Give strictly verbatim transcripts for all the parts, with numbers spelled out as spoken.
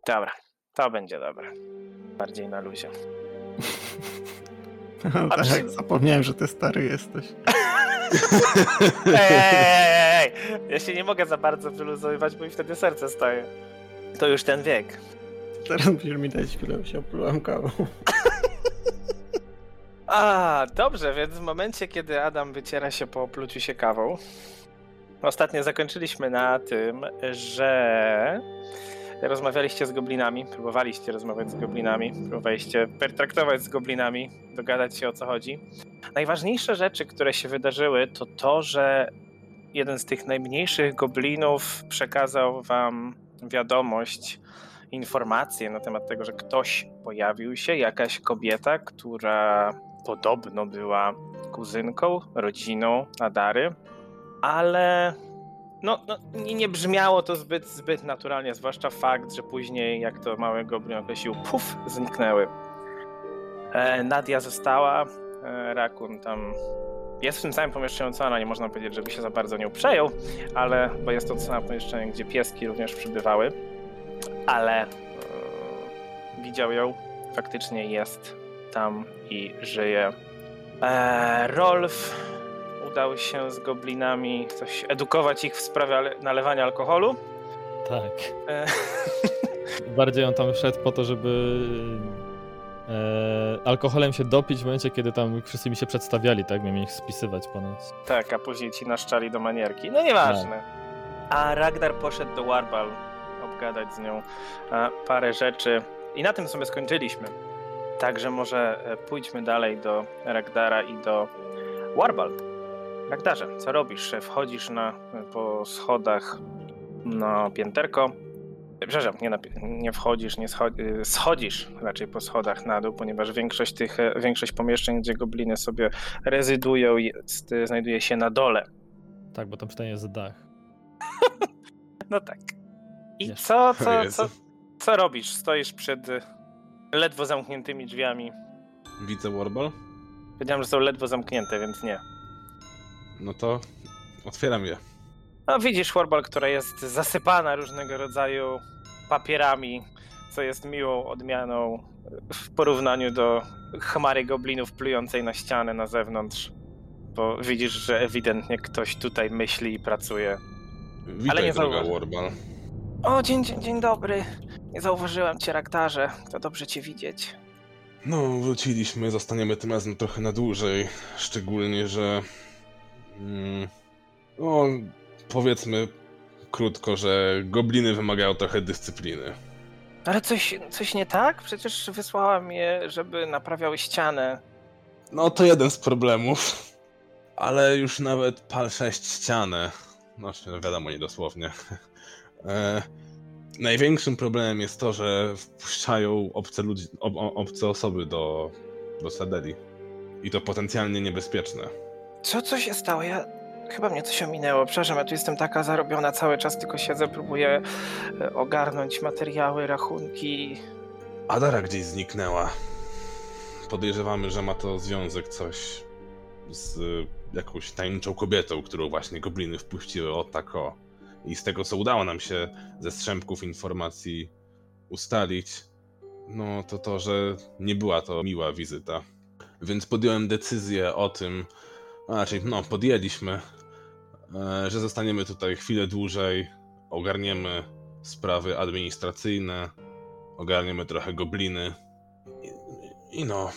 Dobra, to będzie dobre. Bardziej na luzie. No tak, przy... zapomniałem, że ty stary jesteś. ej, ej, ej, ej, ja się nie mogę za bardzo wyluzowywać, bo mi wtedy serce staje. To już ten wiek. Teraz musisz mi dać chwilę, się oplułem kawą. A, dobrze, więc w momencie, kiedy Adam wyciera się po opluciu się kawą, ostatnio zakończyliśmy na tym, że rozmawialiście z goblinami, próbowaliście rozmawiać z goblinami, próbowaliście pertraktować z goblinami, dogadać się, o co chodzi. Najważniejsze rzeczy, które się wydarzyły, to to, że jeden z tych najmniejszych goblinów przekazał wam wiadomość, informację na temat tego, że ktoś pojawił się, jakaś kobieta, która podobno była kuzynką, rodziną Adary, ale no, no nie brzmiało to zbyt, zbyt naturalnie, zwłaszcza fakt, że później, jak to mały goblin określił, puf, zniknęły. E, Nadia została, e, Rakun tam jest w tym samym pomieszczeniu co ona, nie można powiedzieć, żeby się za bardzo nią przejął, ale, bo jest to samo pomieszczenie, gdzie pieski również przybywały, ale e, widział ją, faktycznie jest tam i żyje. E, Rolf udał się z goblinami coś edukować ich w sprawie nalewania alkoholu. Tak. E... Bardziej on tam szedł po to, żeby e, alkoholem się dopić w momencie, kiedy tam wszyscy mi się przedstawiali, tak? Miałem ich spisywać ponad. Tak, a później ci naszczali do manierki. No nieważne. Tak. A Ragnar poszedł do Warbal obgadać z nią parę rzeczy i na tym sobie skończyliśmy. Także może pójdźmy dalej do Ragdara i do Warbal. Ragdarze, co robisz? Wchodzisz na, po schodach na pięterko. Przepraszam, nie, na, nie wchodzisz, nie schodzi, schodzisz raczej po schodach na dół, ponieważ większość tych, większość pomieszczeń, gdzie gobliny sobie rezydują, jest, znajduje się na dole. Tak, bo tam przynajmniej jest dach. No tak. I co, co, co, co robisz? Stoisz przed ledwo zamkniętymi drzwiami. Widzę Warbal? Powiedziałem, że są ledwo zamknięte, więc nie. No to otwieram je. No widzisz Warbal, która jest zasypana różnego rodzaju papierami, co jest miłą odmianą w porównaniu do chmary goblinów plującej na ścianę na zewnątrz. Bo widzisz, że ewidentnie ktoś tutaj myśli i pracuje. Witaj, ale nie droga zauważ... Warbal. O, dzień, dzień, dzień dobry. Nie zauważyłem cię, Ragdarze. To dobrze cię widzieć. No, wróciliśmy, zostaniemy tym razem trochę na dłużej. Szczególnie, że... Mm, no, powiedzmy krótko, że gobliny wymagają trochę dyscypliny. Ale coś, coś nie tak? Przecież wysłałam je, żeby naprawiały ścianę. No, to jeden z problemów. Ale już nawet pal sześć ścianę. No, wiadomo, niedosłownie. E, największym problemem jest to, że wpuszczają obce, ludzi, ob, obce osoby do, do Sadeli. I to potencjalnie niebezpieczne. Co, co się stało? Ja... Chyba mnie coś ominęło. Przepraszam, ja tu jestem taka zarobiona cały czas, tylko siedzę, próbuję ogarnąć materiały, rachunki. Adara gdzieś zniknęła. Podejrzewamy, że ma to związek coś z jakąś tajemniczą kobietą, którą właśnie gobliny wpuściły o tak o. I z tego, co udało nam się ze strzępków informacji ustalić, no to to, że nie była to miła wizyta. Więc podjąłem decyzję o tym, a raczej no podjęliśmy, że zostaniemy tutaj chwilę dłużej, ogarniemy sprawy administracyjne, ogarniemy trochę gobliny i, i no,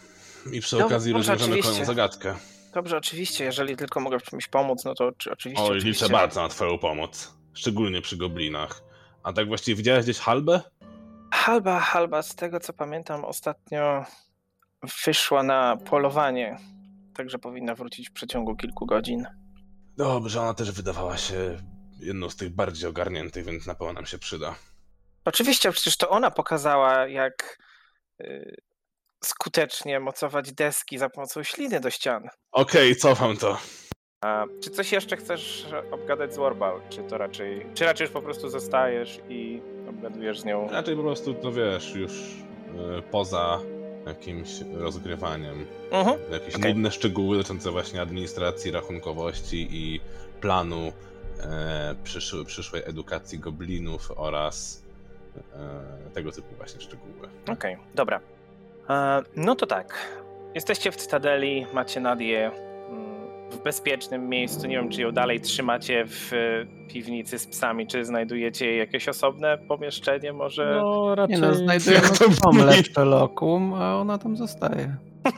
i przy okazji dobrze, rozwiążemy kolejną zagadkę. Dobrze, oczywiście, jeżeli tylko mogę w czymś pomóc, no to oczywiście. Oj, oczywiście. liczę bardzo na twoją pomoc, szczególnie przy goblinach. A tak właściwie widziałeś gdzieś Halbę? Halba, Halba, z tego co pamiętam, ostatnio wyszła na polowanie, także powinna wrócić w przeciągu kilku godzin. Dobrze, ona też wydawała się jedną z tych bardziej ogarniętych, więc na pewno nam się przyda. Oczywiście, przecież to ona pokazała, jak y, skutecznie mocować deski za pomocą śliny do ścian. Okej, okay, cofam to. A czy coś jeszcze chcesz obgadać z Warbal? Czy to raczej, czy raczej już po prostu zostajesz i obgadujesz z nią? Raczej po prostu, to wiesz, już yy, poza jakimś rozgrywaniem. Uh-huh. Jakieś okay. nudne szczegóły dotyczące właśnie administracji, rachunkowości i planu e, przyszły, przyszłej edukacji goblinów oraz e, tego typu właśnie szczegóły. Okej, okay, dobra. E, no to tak. Jesteście w Cytadeli, macie Nadię w bezpiecznym miejscu. Nie wiem, czy ją dalej trzymacie w piwnicy z psami, czy znajdujecie jakieś osobne pomieszczenie może? No raczej... Nie no, znajdujemy tam lepsze lokum, a ona tam zostaje.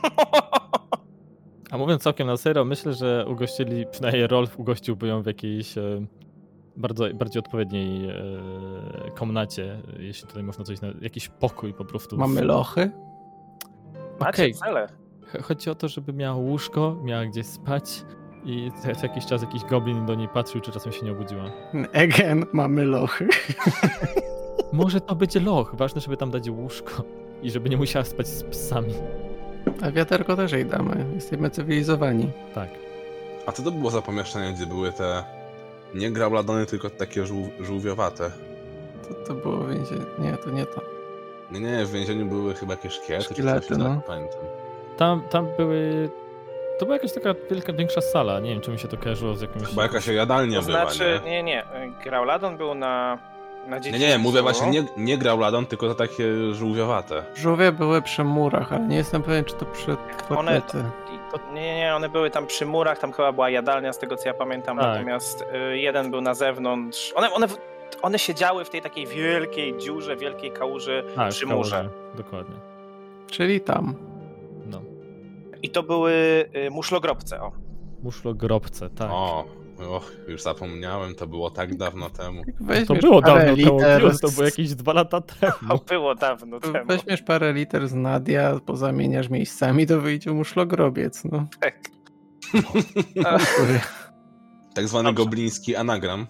A mówiąc całkiem na serio, myślę, że ugościli, przynajmniej Rolf ugościłby ją w jakiejś e, bardzo, bardziej odpowiedniej e, komnacie, jeśli tutaj można coś, na, jakiś pokój po prostu. Mamy lochy? Macie Okej. cele. Chodzi o to, żeby miała łóżko, miała gdzieś spać i co jakiś czas jakiś goblin do niej patrzył, czy czasem się nie obudziła. Again, mamy lochy. Może to będzie loch, ważne, żeby tam dać łóżko i żeby nie musiała spać z psami. A wiaterko też jej damy. Jesteśmy cywilizowani. Tak. A co to było za pomieszczenie, gdzie były te nie grauladony, tylko takie żół, żółwiowate? To, to było więzienie. Nie, to nie to. Nie, nie, w więzieniu były chyba jakieś szkielety, Szkielety, czy coś, no. tak pamiętam. Tam, tam były... To była jakaś taka wielka, większa sala, nie wiem, czy mi się to kojarzyło z jakimś... Chyba jakaś jadalnia To była, znaczy, nie? nie, nie. Grauladon był na, na Nie, dziedzińcu. nie, mówię właśnie nie, nie grauladon, tylko to takie żółwiowate. Żółwie były przy murach, ale nie jestem pewien, czy to przy One, fortecy. to, nie, nie, one były tam przy murach, tam chyba była jadalnia, z tego co ja pamiętam, Tak. natomiast y, jeden był na zewnątrz. One, one, one siedziały w tej takiej wielkiej dziurze, wielkiej kałuży A, przy w murze. kałuży, dokładnie. Czyli tam. No. I to były y, muszlogrobce, o. Muszlogrobce, tak. O, och, już zapomniałem, to było tak dawno temu. Jak To weźmiesz było parę dawno temu, liter Pius, to z- było jakieś dwa lata temu. To było dawno temu. Weźmiesz parę liter z Nadia, pozamieniasz miejscami, to wyjdzie muszlogrobiec, no. Tak. Dziękuję. Tak zwany Dobrze. gobliński anagram.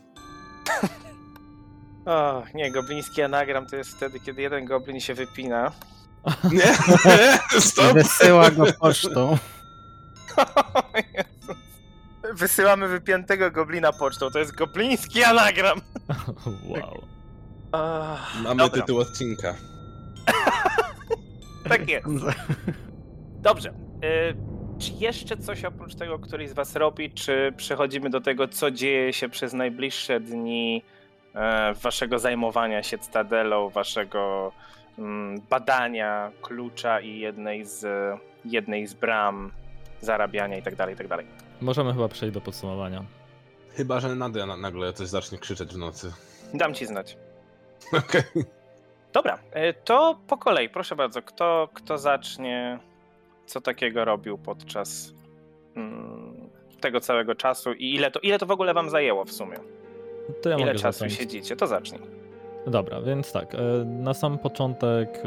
O, nie, gobliński anagram to jest wtedy, kiedy jeden goblin się wypina. Nie, stop! Wysyła go pocztą. O Jezus. Wysyłamy wypiętego goblina pocztą, to jest gobliński anagram. Wow. Ach, Mamy dobra, tytuł odcinka. tak jest. Dobrze. Y, czy jeszcze coś oprócz tego, któryś z was robi, czy przechodzimy do tego, co dzieje się przez najbliższe dni e, waszego zajmowania się Cytadelą, waszego mm, badania klucza i jednej z, jednej z bram, zarabiania i tak dalej, i tak dalej. Możemy chyba przejść do podsumowania. Chyba, że Nadia na- nagle coś zacznie krzyczeć w nocy. Dam ci znać. Okej. Dobra, y, to po kolei, proszę bardzo, kto, kto zacznie, co takiego robił podczas mm, tego całego czasu i ile to, ile to w ogóle wam zajęło w sumie? To ja Ile mogę czasu zacząć. siedzicie? To zacznij. Dobra, więc tak, e, na sam początek e,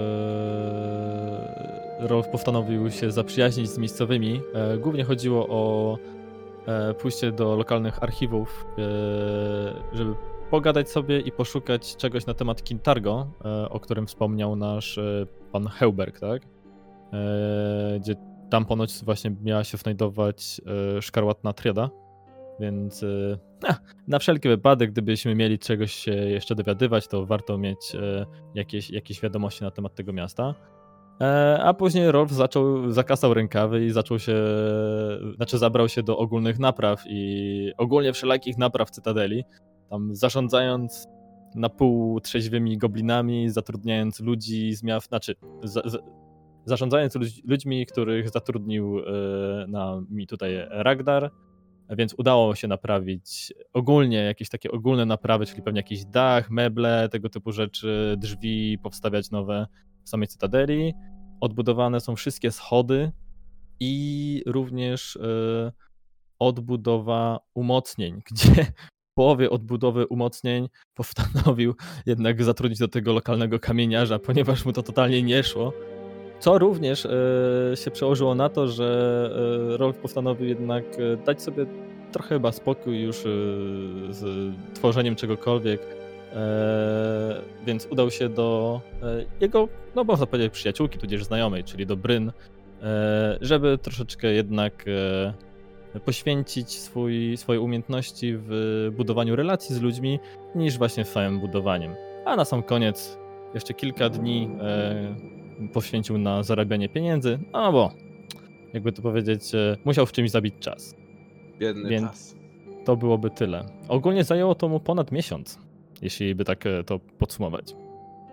Rolf postanowił się zaprzyjaźnić z miejscowymi. E, Głównie chodziło o e, pójście do lokalnych archiwów, e, żeby pogadać sobie i poszukać czegoś na temat Kintargo, e, o którym wspomniał nasz e, pan Heuberg, tak? E, Gdzie tam ponoć właśnie miała się znajdować e, szkarłatna triada, więc e, a, na wszelki wypadek, gdybyśmy mieli czegoś się jeszcze dowiadywać, to warto mieć e, jakieś, jakieś wiadomości na temat tego miasta. E, a później Rolf zaczął, zakasał rękawy i zaczął się, znaczy zabrał się do ogólnych napraw i ogólnie wszelakich napraw Cytadeli, tam zarządzając na pół trzeźwymi goblinami, zatrudniając ludzi z miast, znaczy za, za, zarządzając ludź, ludźmi, których zatrudnił e, na mi tutaj Ragnar. Więc udało się naprawić ogólnie jakieś takie ogólne naprawy, czyli pewnie jakiś dach, meble, tego typu rzeczy, drzwi, powstawiać nowe w samej Cytadeli. Odbudowane są wszystkie schody i również y, odbudowa umocnień, gdzie w połowie odbudowy umocnień postanowił jednak zatrudnić do tego lokalnego kamieniarza, ponieważ mu to totalnie nie szło. Co również e, się przełożyło na to, że e, Rolf postanowił jednak e, dać sobie trochę chyba spokój już e, z tworzeniem czegokolwiek, e, więc udał się do e, jego, no można powiedzieć, przyjaciółki, tudzież znajomej, czyli do Bryn, e, żeby troszeczkę jednak e, poświęcić swój, swoje umiejętności w budowaniu relacji z ludźmi, niż właśnie w samym budowaniem. A na sam koniec jeszcze kilka dni e, poświęcił na zarabianie pieniędzy, no bo, jakby to powiedzieć, musiał w czymś zabić czas. Biedny Więc- czas. To byłoby tyle. Ogólnie zajęło to mu ponad miesiąc, jeśli by tak e, to podsumować.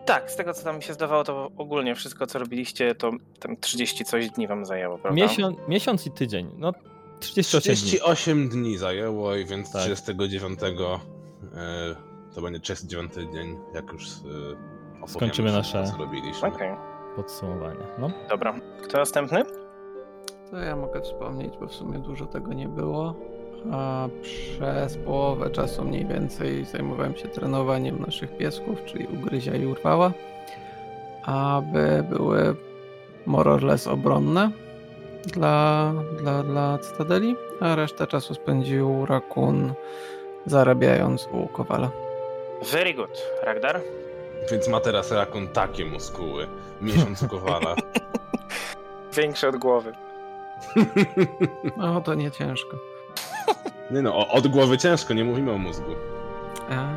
Tak, z tego co tam mi się zdawało, to ogólnie wszystko co robiliście, to tam trzydzieści coś dni wam zajęło, prawda? Miesiąc, miesiąc i tydzień. No trzydzieści osiem dni. trzydzieści osiem dni zajęło i więc Tak. trzydziestego dziewiątego e, to będzie trzydziesty dziewiąty dzień, jak już e, opowiemy Skończymy wszystko, nasze- co robiliśmy. Okej, Podsumowanie. No. dobra. Kto następny? To ja mogę wspomnieć, bo w sumie dużo tego nie było. A przez połowę czasu mniej więcej zajmowałem się trenowaniem naszych piesków, czyli ugryzia i urwała, aby były more or less obronne dla, dla, dla Cytadeli, a resztę czasu spędził Rakun zarabiając u Kowala. Very good. Ragdar? Więc ma teraz Rakun takie muskuły. Miesiąc Kowala. Większy od głowy. No to nie ciężko. Nie no, o- od głowy ciężko, nie mówimy o mózgu. A,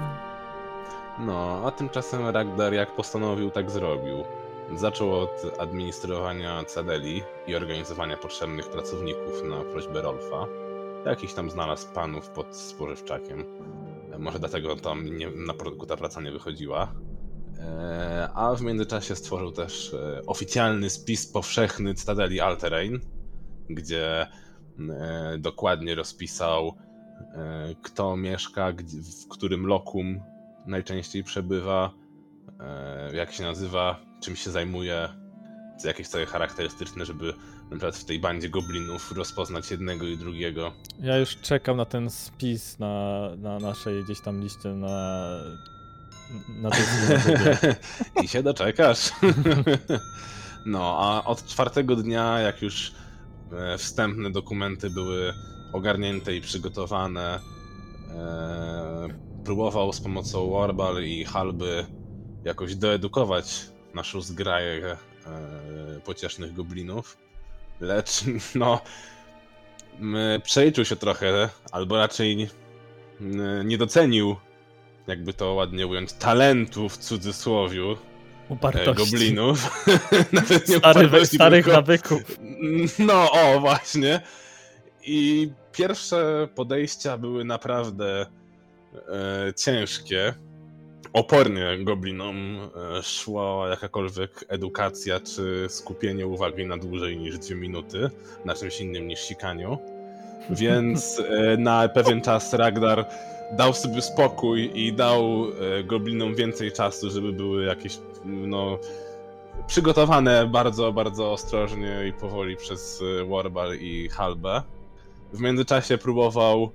No, a tymczasem Ragdar jak postanowił, tak zrobił. Zaczął od administrowania Cytadeli i organizowania potrzebnych pracowników na prośbę Rolfa. Jakiś tam znalazł panów pod spożywczakiem. Może dlatego tam nie, na początku ta praca nie wychodziła. E, a w międzyczasie stworzył też e, oficjalny spis powszechny Cytadeli Alterain, gdzie e, dokładnie rozpisał, e, kto mieszka, gdzie, w którym lokum najczęściej przebywa, e, jak się nazywa, czym się zajmuje, co jakieś cechy charakterystyczne, żeby na przykład w tej bandzie goblinów rozpoznać jednego i drugiego. Ja już czekam na ten spis na, na naszej gdzieś tam liście na... na tej I się doczekasz. No, a od czwartego dnia, jak już e, wstępne dokumenty były ogarnięte i przygotowane, e, próbował z pomocą Warbal i Halby jakoś doedukować naszą zgraję e, pociesznych goblinów. Lecz, no, m, przeliczył się trochę, albo raczej m, nie docenił, jakby to ładnie ująć, talentu w cudzysłowiu e, upartości. goblinów. Nawet nie Stary, upartości, starych tylko- nawyków. No, o, właśnie. I pierwsze podejścia były naprawdę e, ciężkie. Opornie goblinom e, szła jakakolwiek edukacja czy skupienie uwagi na dłużej niż dwie minuty na czymś innym niż sikaniu. Więc e, na pewien czas Ragdar dał sobie spokój i dał e, goblinom więcej czasu, żeby były jakieś, no, przygotowane bardzo, bardzo ostrożnie i powoli przez e, Warbal i Halbę. W międzyczasie próbował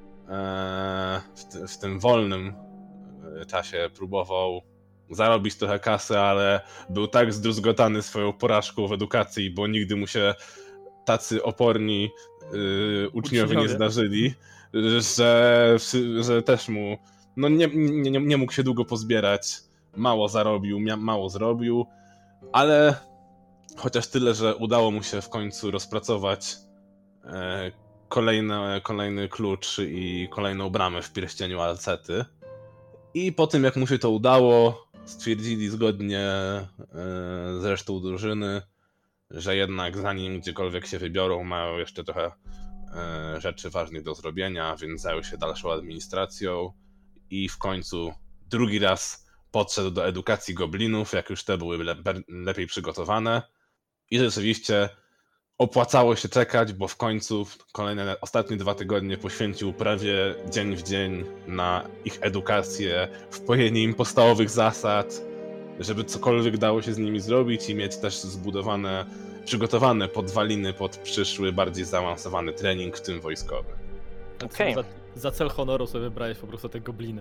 e, w, t- w tym wolnym e, czasie próbował zarobić trochę kasy, ale był tak zdruzgotany swoją porażką w edukacji, bo nigdy mu się tacy oporni y, uczniowie nie Uczniowie. zdarzyli, że, że też mu no nie, nie, nie- nie mógł się długo pozbierać. Mało zarobił, mia, mało zrobił, ale chociaż tyle, że udało mu się w końcu rozpracować e, kolejne, kolejny klucz i kolejną bramę w pierścieniu Alcety. I po tym, jak mu się to udało, stwierdzili zgodnie e, z resztą drużyny, że jednak zanim gdziekolwiek się wybiorą, mają jeszcze trochę e, rzeczy ważnych do zrobienia, więc zajął się dalszą administracją i w końcu drugi raz podszedł do edukacji goblinów, jak już te były le- lepiej przygotowane. I rzeczywiście opłacało się czekać, bo w końcu w kolejne, ostatnie dwa tygodnie poświęcił prawie dzień w dzień na ich edukację, wpojenie im podstawowych zasad, żeby cokolwiek dało się z nimi zrobić i mieć też zbudowane, przygotowane podwaliny pod przyszły, bardziej zaawansowany trening, w tym wojskowy. Okej. Za, za cel honoru sobie wybrałeś po prostu te gobliny.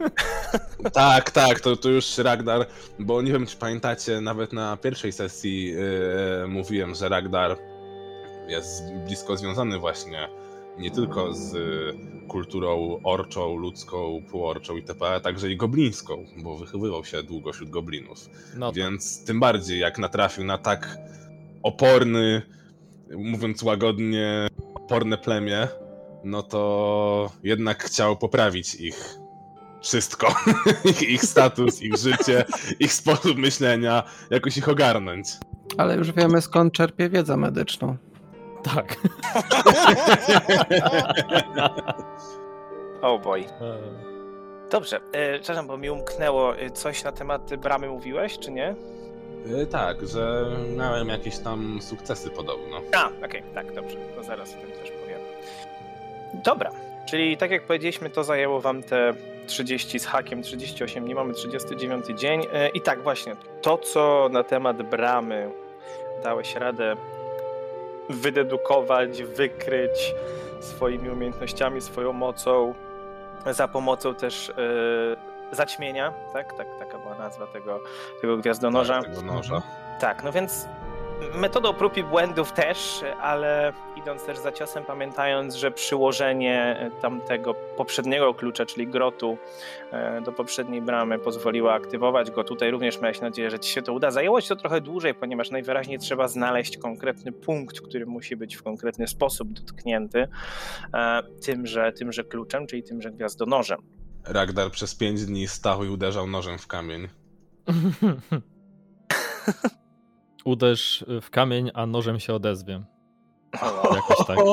Tak, tak, to, to już Ragdar, bo nie wiem, czy pamiętacie, nawet na pierwszej sesji yy, mówiłem, że Ragdar jest blisko związany właśnie nie tylko z y, kulturą orczą, ludzką, półorczą itp., a także i goblińską, bo wychowywał się długo wśród goblinów. No, Więc tym bardziej, jak natrafił na tak oporny, mówiąc łagodnie, oporne plemię, no to jednak chciał poprawić ich wszystko. ich, ich status, ich życie, ich sposób myślenia, jakoś ich ogarnąć. Ale już wiemy, skąd czerpie wiedzę medyczną. tak. Oh boy. E, Dobrze, e, przepraszam, bo mi umknęło. E, Coś na temat bramy mówiłeś, czy nie? Yy, tak, że miałem jakieś tam sukcesy podobno. A, okej, tak, dobrze. To zaraz o tym też powiem. Dobra, czyli tak jak powiedzieliśmy, to zajęło wam te trzydzieści z hakiem, trzydzieści osiem, nie mamy trzydziesty dziewiąty dzień. E, I tak właśnie, to co na temat bramy dałeś radę wydedukować, wykryć swoimi umiejętnościami, swoją mocą, za pomocą też e, zaćmienia, tak? tak? Taka była nazwa tego, tego gwiazdonoża. Tak, tego noża. Tak, no więc metodą prób i błędów też, ale idąc też za ciosem, pamiętając, że przyłożenie tamtego poprzedniego klucza, czyli grotu, e, do poprzedniej bramy pozwoliło aktywować go. Tutaj również miałeś nadzieję, że ci się to uda. Zajęło ci to trochę dłużej, ponieważ najwyraźniej trzeba znaleźć konkretny punkt, który musi być w konkretny sposób dotknięty e, tymże, tymże kluczem, czyli tymże gwiazdonożem. Ragnar przez pięć dni stał i uderzał nożem w kamień. Uderz w kamień, a nożem się odezwie. Jakoś tak.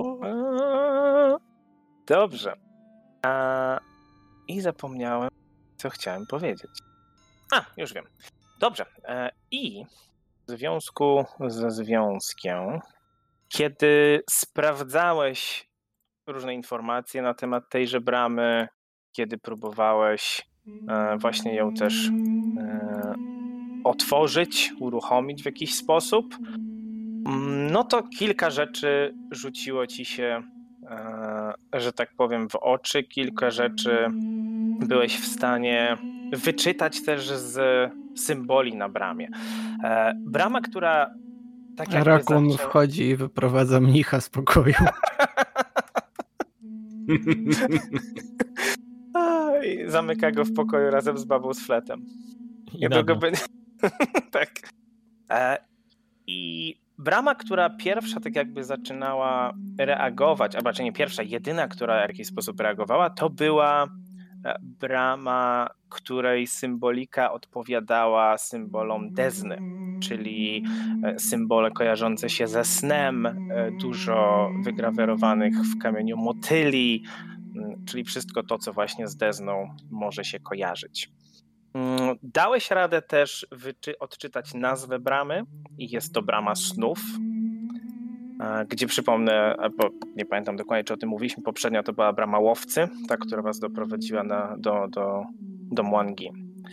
Dobrze. A, I zapomniałem, co chciałem powiedzieć. A, już wiem. Dobrze. E, I w związku ze związkiem, kiedy sprawdzałeś różne informacje na temat tejże bramy, kiedy próbowałeś e, właśnie ją też e, otworzyć, uruchomić w jakiś sposób, no to kilka rzeczy rzuciło ci się, e, że tak powiem, w oczy. Kilka rzeczy byłeś w stanie wyczytać też z symboli na bramie. E, brama, która tak jakby Rakun zaczęła... wchodzi i wyprowadza mnicha z pokoju. I zamyka go w pokoju razem z babą z fletem. I Niedługo nagle. będzie... tak. E, I brama, która pierwsza tak jakby zaczynała reagować, albo raczej nie pierwsza, jedyna, która w jakiś sposób reagowała, to była brama, której symbolika odpowiadała symbolom Dezny, czyli symbole kojarzące się ze snem, dużo wygrawerowanych w kamieniu motyli, czyli wszystko to, co właśnie z Dezną może się kojarzyć. Dałeś radę też wyczy- odczytać nazwę bramy i jest to brama snów, gdzie przypomnę, bo nie pamiętam dokładnie, czy o tym mówiliśmy poprzednio, to była brama łowcy, ta, która was doprowadziła na, do, do, do Mwangi.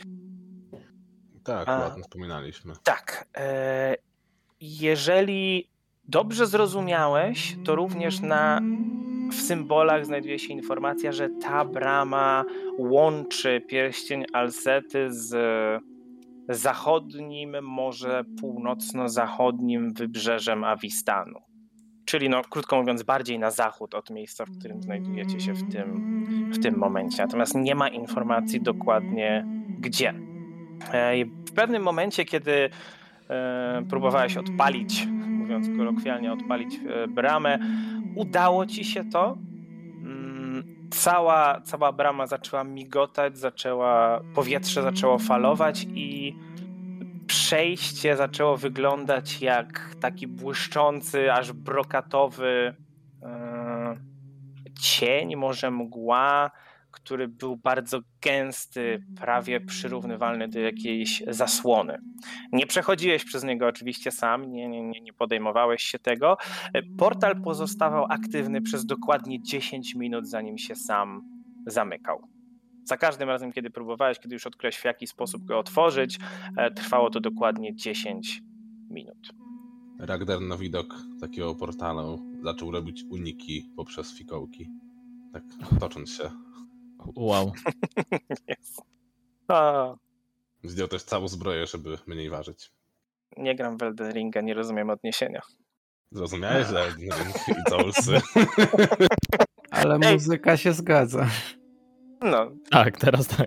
Tak, A, o tym wspominaliśmy. Tak. E, jeżeli dobrze zrozumiałeś, to również na, w symbolach znajduje się informacja, że ta brama łączy pierścień Alsety z zachodnim, może północno-zachodnim wybrzeżem Awistanu. Czyli, no, krótko mówiąc, bardziej na zachód od miejsca, w którym znajdujecie się w tym, w tym momencie. Natomiast nie ma informacji dokładnie gdzie. W pewnym momencie, kiedy e, próbowałeś odpalić, mówiąc kolokwialnie, odpalić e, bramę, udało ci się to. Mm, cała, cała brama zaczęła migotać, zaczęła, powietrze zaczęło falować i przejście zaczęło wyglądać jak taki błyszczący, aż brokatowy e, cień, może mgła, który był bardzo gęsty, prawie przyrównywalny do jakiejś zasłony. Nie przechodziłeś przez niego oczywiście sam, nie, nie, nie podejmowałeś się tego. Portal pozostawał aktywny przez dokładnie dziesięć minut, zanim się sam zamykał. Za każdym razem, kiedy próbowałeś, kiedy już odkryłeś, w jaki sposób go otworzyć, trwało to dokładnie dziesięć minut. Ragnar na widok takiego portalu zaczął robić uniki poprzez fikołki. Tak tocząc się. Wow. Yes. A, Zdjął też całą zbroję, żeby mniej ważyć. nie gram w Elden Ringa, nie rozumiem odniesienia. Zrozumiałeś, że Elden Ring i Soulsy. Ale Ej. muzyka się zgadza. No. Tak, teraz tak.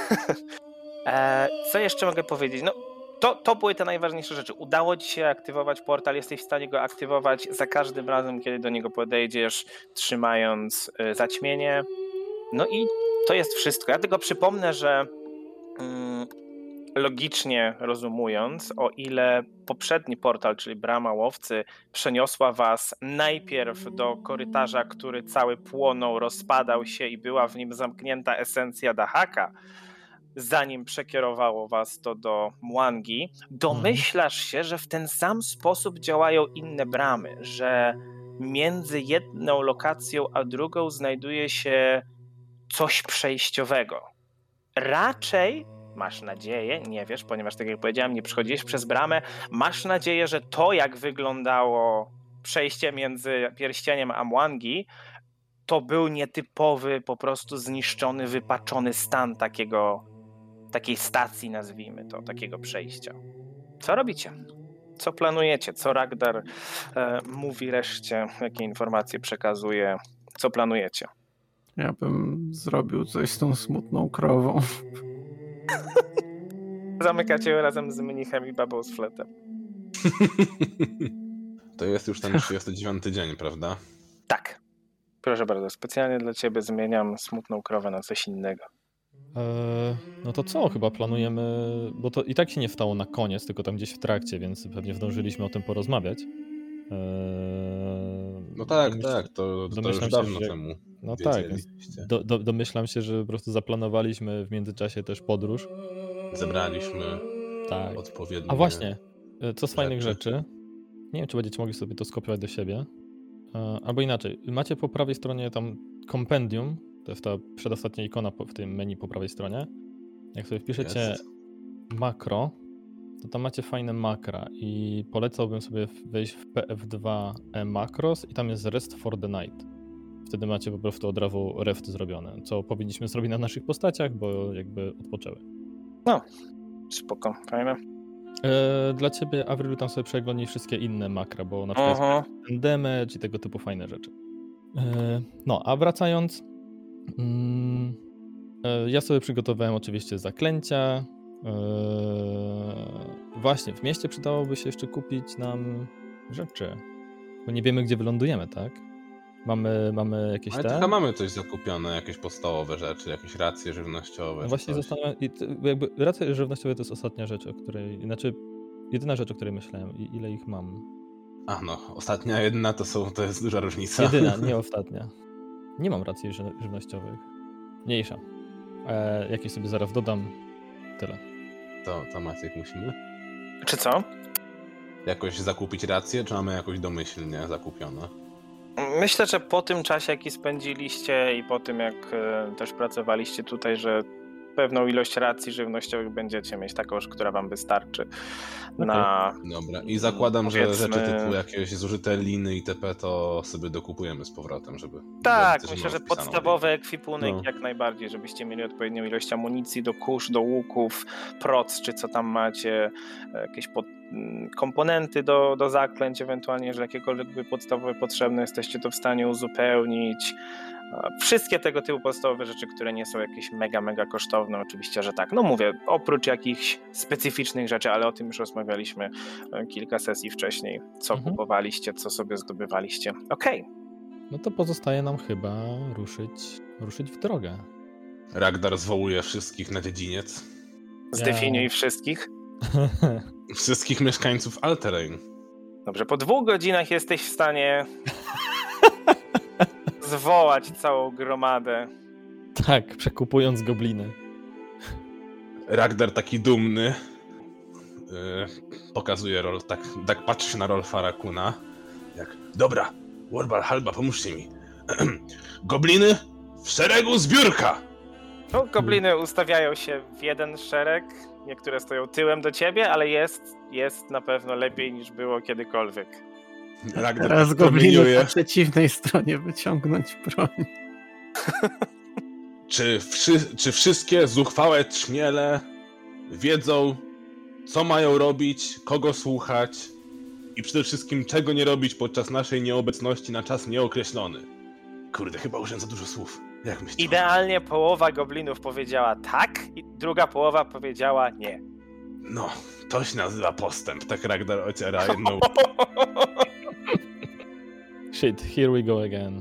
E, co jeszcze mogę powiedzieć? No, to, to były te najważniejsze rzeczy. Udało ci się aktywować portal, jesteś w stanie go aktywować za każdym razem, kiedy do niego podejdziesz, trzymając y, zaćmienie. No i to jest wszystko. Ja tylko przypomnę, że, mm, logicznie rozumując, o ile poprzedni portal, czyli Brama Łowcy, przeniosła was najpierw do korytarza, który cały płonął, rozpadał się i była w nim zamknięta esencja Dahaka, zanim przekierowało was to do Mwangi, domyślasz się, że w ten sam sposób działają inne bramy, że między jedną lokacją a drugą znajduje się coś przejściowego. Raczej masz nadzieję, nie wiesz, ponieważ tak jak powiedziałem, nie przechodziłeś przez bramę, masz nadzieję, że to, jak wyglądało przejście między pierścieniem a Mwangi, to był nietypowy, po prostu zniszczony, wypaczony stan takiego, takiej stacji, nazwijmy to, takiego przejścia. Co robicie? Co planujecie? Co Ragdar e, mówi reszcie? Jakie informacje przekazuje? Co planujecie? Ja bym zrobił coś z tą smutną krową. Zamykacie ją razem z mnichem i babą z fletem. To jest już ten trzydziesty dziewiąty dzień, prawda? Tak. Proszę bardzo, specjalnie dla ciebie zmieniam smutną krowę na coś innego. Eee, no to co, chyba planujemy, bo to i tak się nie stało na koniec, tylko tam gdzieś w trakcie, więc pewnie zdążyliśmy o tym porozmawiać. Eee, No tak, domyśl- tak, to, to domyślam już się, dawno że- temu No tak, więc wiedzieliście. do, do, domyślam się, że po prostu zaplanowaliśmy w międzyczasie też podróż. Zebraliśmy Tak. odpowiednie... A właśnie, e, co z fajnych rzeczy. rzeczy? Nie wiem, czy będziecie mogli sobie to skopiować do siebie. E, Albo inaczej, macie po prawej stronie tam kompendium, to jest ta przedostatnia ikona po- w tym menu po prawej stronie. Jak sobie wpiszecie Jest. makro, to tam macie fajne makra i polecałbym sobie wejść w P F dwa E Macros i tam jest Rest for the Night. Wtedy macie po prostu od razu rest zrobione, co powinniśmy zrobić na naszych postaciach, bo jakby odpoczęły. Spoko, fajne. E, dla ciebie, Avrilu, tam sobie przeglądnij wszystkie inne makra, bo na przykład Aha. ten damage i tego typu fajne rzeczy. E, no, a wracając, mm, e, ja sobie przygotowałem oczywiście zaklęcia. E, właśnie, w mieście przydałoby się jeszcze kupić nam rzeczy, bo nie wiemy, gdzie wylądujemy, tak? Mamy, mamy jakieś Ale te... tylko mamy coś zakupione, jakieś podstawowe rzeczy, jakieś racje żywnościowe. No czy właśnie coś. zastanawiam i t- bo jakby racje żywnościowe to jest ostatnia rzecz, o której, znaczy jedyna rzecz, o której myślałem i ile ich mam. A no, ostatnia jedna to są, to jest duża różnica. Jedyna, nie ostatnia. Nie mam racji ży- żywnościowych. Mniejsza. E, jakieś sobie zaraz dodam. Tyle. To, to Maciek musimy Czy co? jakoś zakupić rację, czy mamy jakoś domyślnie zakupione? Myślę, że po tym czasie, jaki spędziliście i po tym, jak e, też pracowaliście tutaj, że pewną ilość racji żywnościowych będziecie mieć, taką już, która wam wystarczy na... Dobra, i zakładam, że Powiedzmy- rzeczy typu jakieś zużyte liny itp. To sobie dokupujemy z powrotem, żeby... Tak, żeby myślę, że wpisaną podstawowy ekwipunek No. jak najbardziej, żebyście mieli odpowiednią ilość amunicji do kusz, do łuków, proc, czy co tam macie, jakieś pod, mm, komponenty do, do zaklęć, ewentualnie, że jakiekolwiek by podstawowe potrzebne, jesteście to w stanie uzupełnić. A Wszystkie tego typu podstawowe rzeczy, które nie są jakieś mega, mega kosztowne, oczywiście, że tak. No mówię, oprócz jakichś specyficznych rzeczy, ale o tym już rozmawialiśmy e, kilka sesji wcześniej, co Mhm. kupowaliście, co sobie zdobywaliście. Okej. No to pozostaje nam chyba ruszyć, ruszyć w drogę. Ragdar zwołuje wszystkich na dziedziniec. Zdefiniuj Ja- wszystkich. Wszystkich mieszkańców Alterain. Dobrze, po dwóch godzinach jesteś w stanie zwołać całą gromadę. Tak, przekupując gobliny. Ragdar taki dumny yy, pokazuje rol, tak, tak patrzy się na Rolfa Rakuna. Jak, dobra, Warbal, Halba, pomóżcie mi. Gobliny w szeregu zbiórka! No, gobliny ustawiają się w jeden szereg, niektóre stoją tyłem do ciebie, ale jest, jest na pewno lepiej niż było kiedykolwiek. Ragdar Teraz tak gobliny promieniuje. po przeciwnej stronie wyciągnąć broń. Czy, wszy, czy wszystkie zuchwałe trzmiele wiedzą, co mają robić, kogo słuchać i przede wszystkim czego nie robić podczas naszej nieobecności na czas nieokreślony? Kurde, chyba użyłem za dużo słów. Jak myślisz? Idealnie połowa goblinów powiedziała tak, i druga połowa powiedziała nie. No, to się nazywa postęp. Tak Ragnar ociera jedną... Shit, here we go again.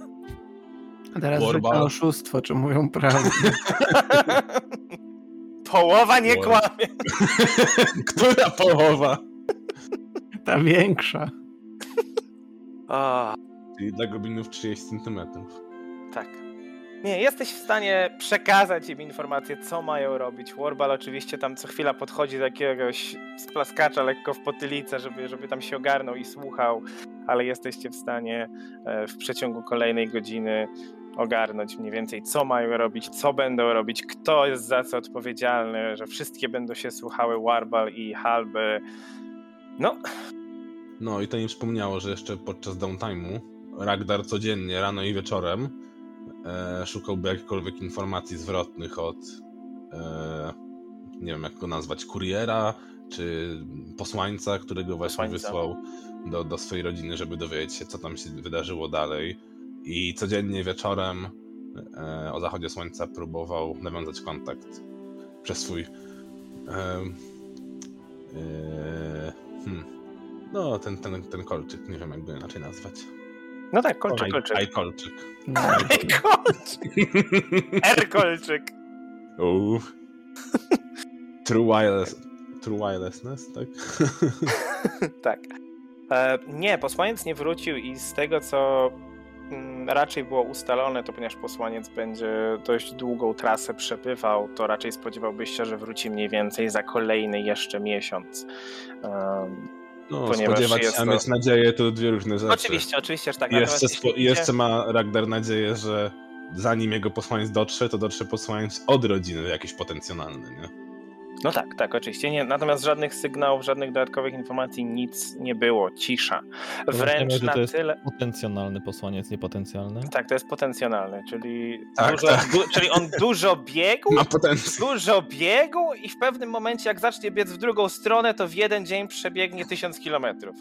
A teraz Warbal. rzuca oszustwo, czy mówią prawdę. Połowa nie Połowa. kłamie. Która połowa? Ta większa. O, Czyli dla goblinów trzydzieści centymetrów. tak. Nie, jesteś w stanie przekazać im informację, co mają robić. Warbal oczywiście tam co chwila podchodzi do jakiegoś splaskacza lekko w potylicę, żeby, żeby tam się ogarnął i słuchał, ale jesteście w stanie e, w przeciągu kolejnej godziny ogarnąć mniej więcej, co mają robić, co będą robić, kto jest za co odpowiedzialny, że wszystkie będą się słuchały Warbal i Halby. No, No i to mi przypomniało, że jeszcze podczas downtime'u Ragdar codziennie, rano i wieczorem e, szukałby jakichkolwiek informacji zwrotnych od e, nie wiem jak go nazwać, kuriera czy posłańca, którego właśnie Posłańca. wysłał do, do swojej rodziny, żeby dowiedzieć się, co tam się wydarzyło dalej. I codziennie wieczorem e, o zachodzie słońca próbował nawiązać kontakt przez swój e, e, hmm, no ten, ten, ten kolczyk, nie wiem jak go inaczej nazwać. no tak, kolczyk, Aj- kolczyk. Ajkolczyk. No, Kolczyk. R-kolczyk. Uff. True wireless. True wirelessness, tak? Tak. E, nie, posłaniec nie wrócił i z tego, co mm, raczej było ustalone, to ponieważ posłaniec będzie dość długą trasę przebywał, to raczej spodziewałbyś się, że wróci mniej więcej za kolejny jeszcze miesiąc. Um, No, Ponieważ spodziewać jest się, a to- mieć nadzieję to dwie różne rzeczy. oczywiście, oczywiście, że tak. I jeszcze, Natomiast spo, jeśli jeszcze idzie- ma Ragdar nadzieję, że zanim jego posłaniec dotrze, to dotrze posłaniec od rodziny jakiś potencjalny, nie? No tak, tak, oczywiście. Nie, natomiast żadnych sygnałów, żadnych dodatkowych informacji, nic nie było. Cisza. Wręcz Pamiętajmy, że na to jest tyle... potencjalny posłaniec, niepotencjalny. Tak, to jest potencjalny, czyli, Tak, dużo, tak. Du, czyli on dużo biegł, Ma potencjał. dużo biegł i w pewnym momencie, jak zacznie biec w drugą stronę, to w jeden dzień przebiegnie tysiąc kilometrów.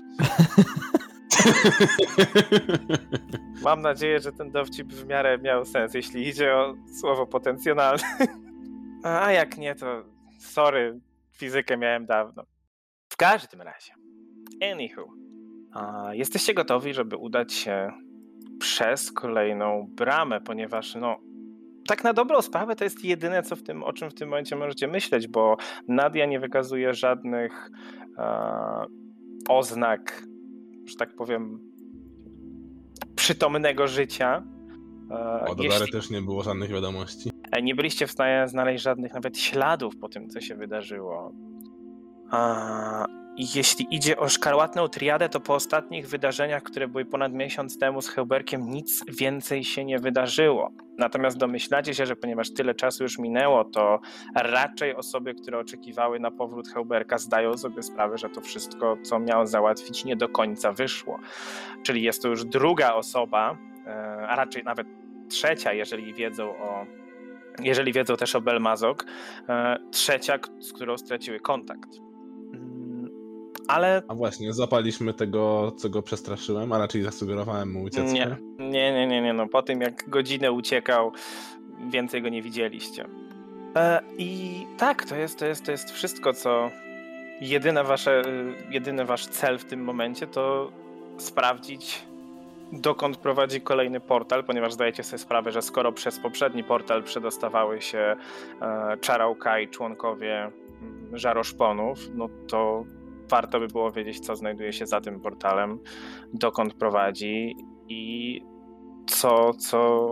Mam nadzieję, że ten dowcip w miarę miał sens, jeśli idzie o słowo potencjalne. A jak nie, to sorry, fizykę miałem dawno. W każdym razie, anywho, a jesteście gotowi, żeby udać się przez kolejną bramę, ponieważ no, tak na dobrą sprawę to jest jedyne, co w tym, o czym w tym momencie możecie myśleć, bo Nadia nie wykazuje żadnych e, oznak, że tak powiem, przytomnego życia. E, Od Odary też nie było żadnych wiadomości. nie byliście w stanie znaleźć żadnych nawet śladów po tym, co się wydarzyło. A jeśli idzie o szkarłatną triadę, to po ostatnich wydarzeniach, które były ponad miesiąc temu z Hełberkiem, nic więcej się nie wydarzyło. Natomiast domyślacie się, że ponieważ tyle czasu już minęło, to raczej osoby, które oczekiwały na powrót Hełberka, zdają sobie sprawę, że to wszystko, co miał załatwić, nie do końca wyszło. Czyli jest to już druga osoba, a raczej nawet trzecia, jeżeli wiedzą o jeżeli wiedzą też o Belmazok, trzecia, z którą straciły kontakt. Ale... A właśnie, zapaliśmy tego, co go przestraszyłem, a raczej zasugerowałem mu ucieczkę. Nie, nie, nie, nie, nie. No, po tym jak godzinę uciekał, więcej go nie widzieliście. E, I tak, to jest, to jest, to jest wszystko, co... Jedyne wasze, jedyny wasz cel w tym momencie to sprawdzić, dokąd prowadzi kolejny portal, ponieważ zdajecie sobie sprawę, że skoro przez poprzedni portal przedostawały się e, Czarałka i członkowie m, Żaroszponów, no to warto by było wiedzieć, co znajduje się za tym portalem, dokąd prowadzi i co, co,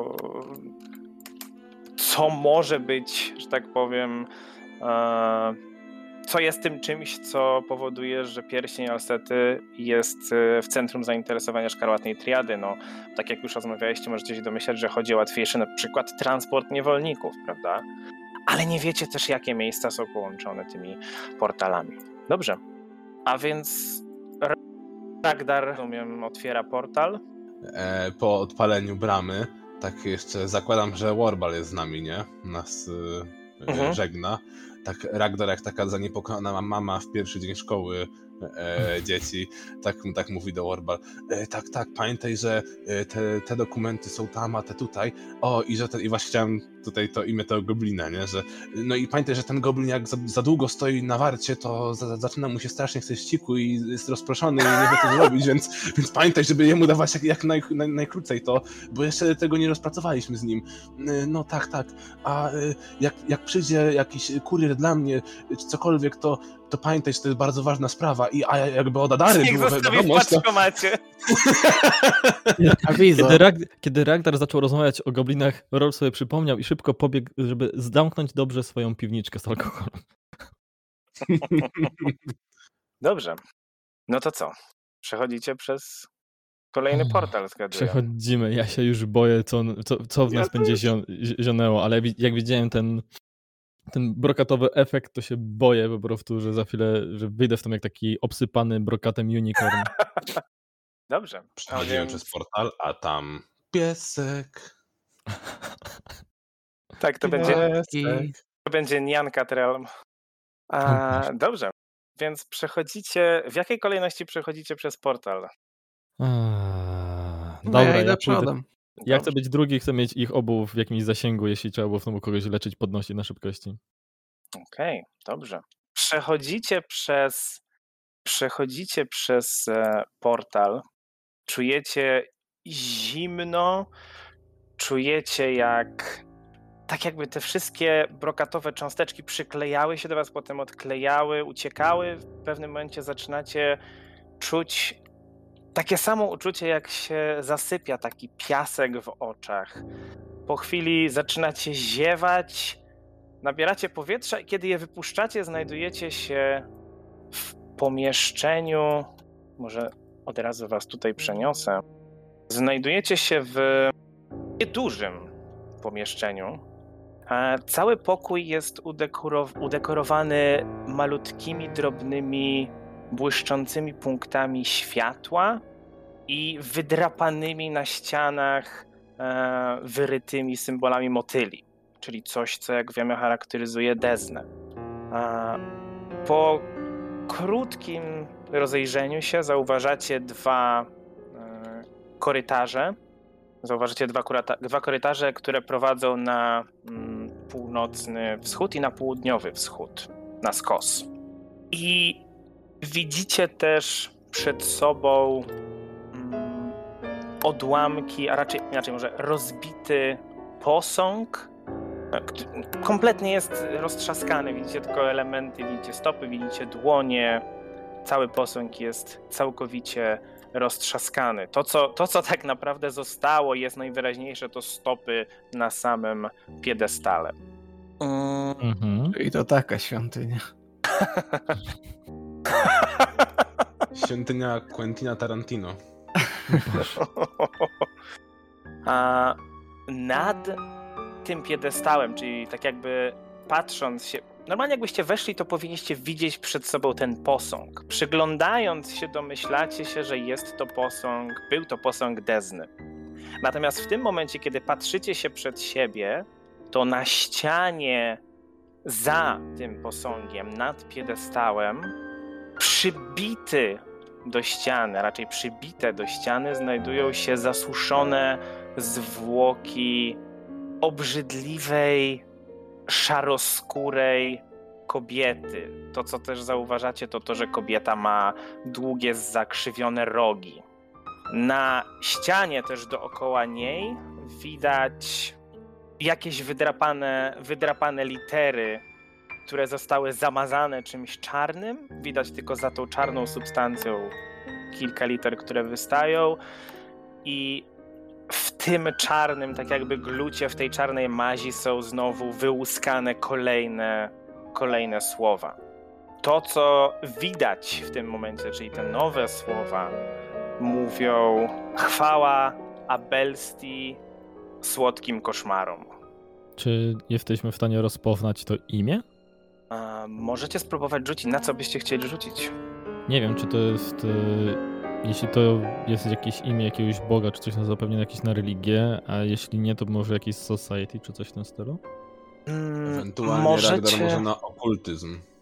co może być, że tak powiem, e, co jest tym czymś, co powoduje, że pierścień Alsety jest w centrum zainteresowania szkarłatnej triady. No, tak jak już rozmawialiście, możecie się domyślać, że chodzi o łatwiejszy na przykład transport niewolników, prawda? Ale nie wiecie też, jakie miejsca są połączone tymi portalami. Dobrze. A więc Ragdar, rozumiem, otwiera portal. E, po odpaleniu bramy, tak jeszcze zakładam, że Warbal jest z nami, nie? Nas e, Mhm. żegna. Tak Ragdar jak taka zaniepokojona mama w pierwszy dzień szkoły e, dzieci. Tak, tak mówi do Warbal. E, tak, tak, pamiętaj, że e, te, te dokumenty są tam, a te tutaj. O, i że ten, i właśnie chciałem tutaj to imię tego goblina, nie? Że, no i pamiętaj, że ten goblin jak za, za długo stoi na warcie, to za, zaczyna mu się strasznie chce ściku i jest rozproszony i nie wie co zrobić, więc, więc pamiętaj, żeby jemu dawać jak, jak naj, naj, najkrócej to, bo jeszcze tego nie rozpracowaliśmy z nim. E, no tak, tak. A e, jak, jak przyjdzie jakiś kurier dla mnie, czy cokolwiek, to, to pamiętaj, że to jest bardzo ważna sprawa. I a jakby od Adary Niech było zostawi w wiadomość, to... paczkomacie. Awizo. Kiedy, Rag- kiedy Ragnar zaczął rozmawiać o goblinach, Rol sobie przypomniał i szybko pobiegł, żeby zamknąć dobrze swoją piwniczkę z alkoholem. Dobrze. No to co? Przechodzicie przez kolejny portal, zgaduję. Przechodzimy, ja się już boję, co, co, co w Ja nas będzie też. zio- zionęło, ale jak, jak widziałem ten, ten brokatowy efekt, to się boję po prostu, że za chwilę, że wyjdę w tym jak taki obsypany brokatem unicorn. Dobrze. A Przechodzimy więc- przez portal, a tam piesek. Tak, to będzie, I to będzie Nianka Realm. A, dobrze. Więc przechodzicie. W jakiej kolejności przechodzicie przez portal? Eee, no Dobra, ja ja, idę pójdę, przodem. ja chcę być drugi, chcę mieć ich obu w jakimś zasięgu, jeśli trzeba było znowu kogoś leczyć, podnosić na szybkości. Okej, okay, dobrze. Przechodzicie przez. Przechodzicie przez e, portal. Czujecie zimno. Czujecie jak. Tak jakby te wszystkie brokatowe cząsteczki przyklejały się do was, potem odklejały, uciekały. W pewnym momencie zaczynacie czuć takie samo uczucie, jak się zasypia taki piasek w oczach. Po chwili zaczynacie ziewać, nabieracie powietrza i kiedy je wypuszczacie, znajdujecie się w pomieszczeniu. Może od razu was tutaj przeniosę. Znajdujecie się w niedużym pomieszczeniu. Cały pokój jest udekorow- udekorowany malutkimi, drobnymi, błyszczącymi punktami światła i wydrapanymi na ścianach e, wyrytymi symbolami motyli, czyli coś, co jak wiemy charakteryzuje Deznę. E, po krótkim rozejrzeniu się zauważacie dwa e, korytarze. Zauważycie dwa, kurata- dwa korytarze, które prowadzą na mm, północny wschód i na południowy wschód, na skos. I widzicie też przed sobą mm, odłamki, a raczej inaczej może rozbity posąg. Kompletnie jest roztrzaskany, widzicie tylko elementy, widzicie stopy, widzicie dłonie. Cały posąg jest całkowicie roztrzaskany. To co, to, co tak naprawdę zostało, jest najwyraźniejsze, to stopy na samym piedestale. Mm. Mhm. I to taka świątynia. Świątynia Quentina Tarantino. A nad tym piedestałem, czyli tak jakby patrząc się, normalnie jakbyście weszli, to powinniście widzieć przed sobą ten posąg. Przyglądając się, domyślacie się, że jest to posąg, był to posąg Dezny. Natomiast w tym momencie, kiedy patrzycie się przed siebie, to na ścianie za tym posągiem, nad piedestałem, przybity do ściany, raczej przybite do ściany, znajdują się zasuszone zwłoki obrzydliwej, szaroskórej kobiety. To, co też zauważacie, to to, że kobieta ma długie, zakrzywione rogi. Na ścianie też dookoła niej widać jakieś wydrapane, wydrapane litery, które zostały zamazane czymś czarnym. Widać tylko za tą czarną substancją kilka liter, które wystają i w tym czarnym, tak jakby glucie, w tej czarnej mazi są znowu wyłuskane kolejne, kolejne słowa. To, co widać w tym momencie, czyli te nowe słowa, mówią chwała Abelsti słodkim koszmarom. Czy jesteśmy w stanie rozpoznać to imię? A możecie spróbować rzucić, na co byście chcieli rzucić? Nie wiem, czy to jest... E, jeśli to jest jakieś imię jakiegoś boga, czy coś, no zapewne jakieś na religię, a jeśli nie, to może jakieś society, czy coś w tym stylu? Hmm, Ewentualnie możecie... Ragnar może na okultyzm.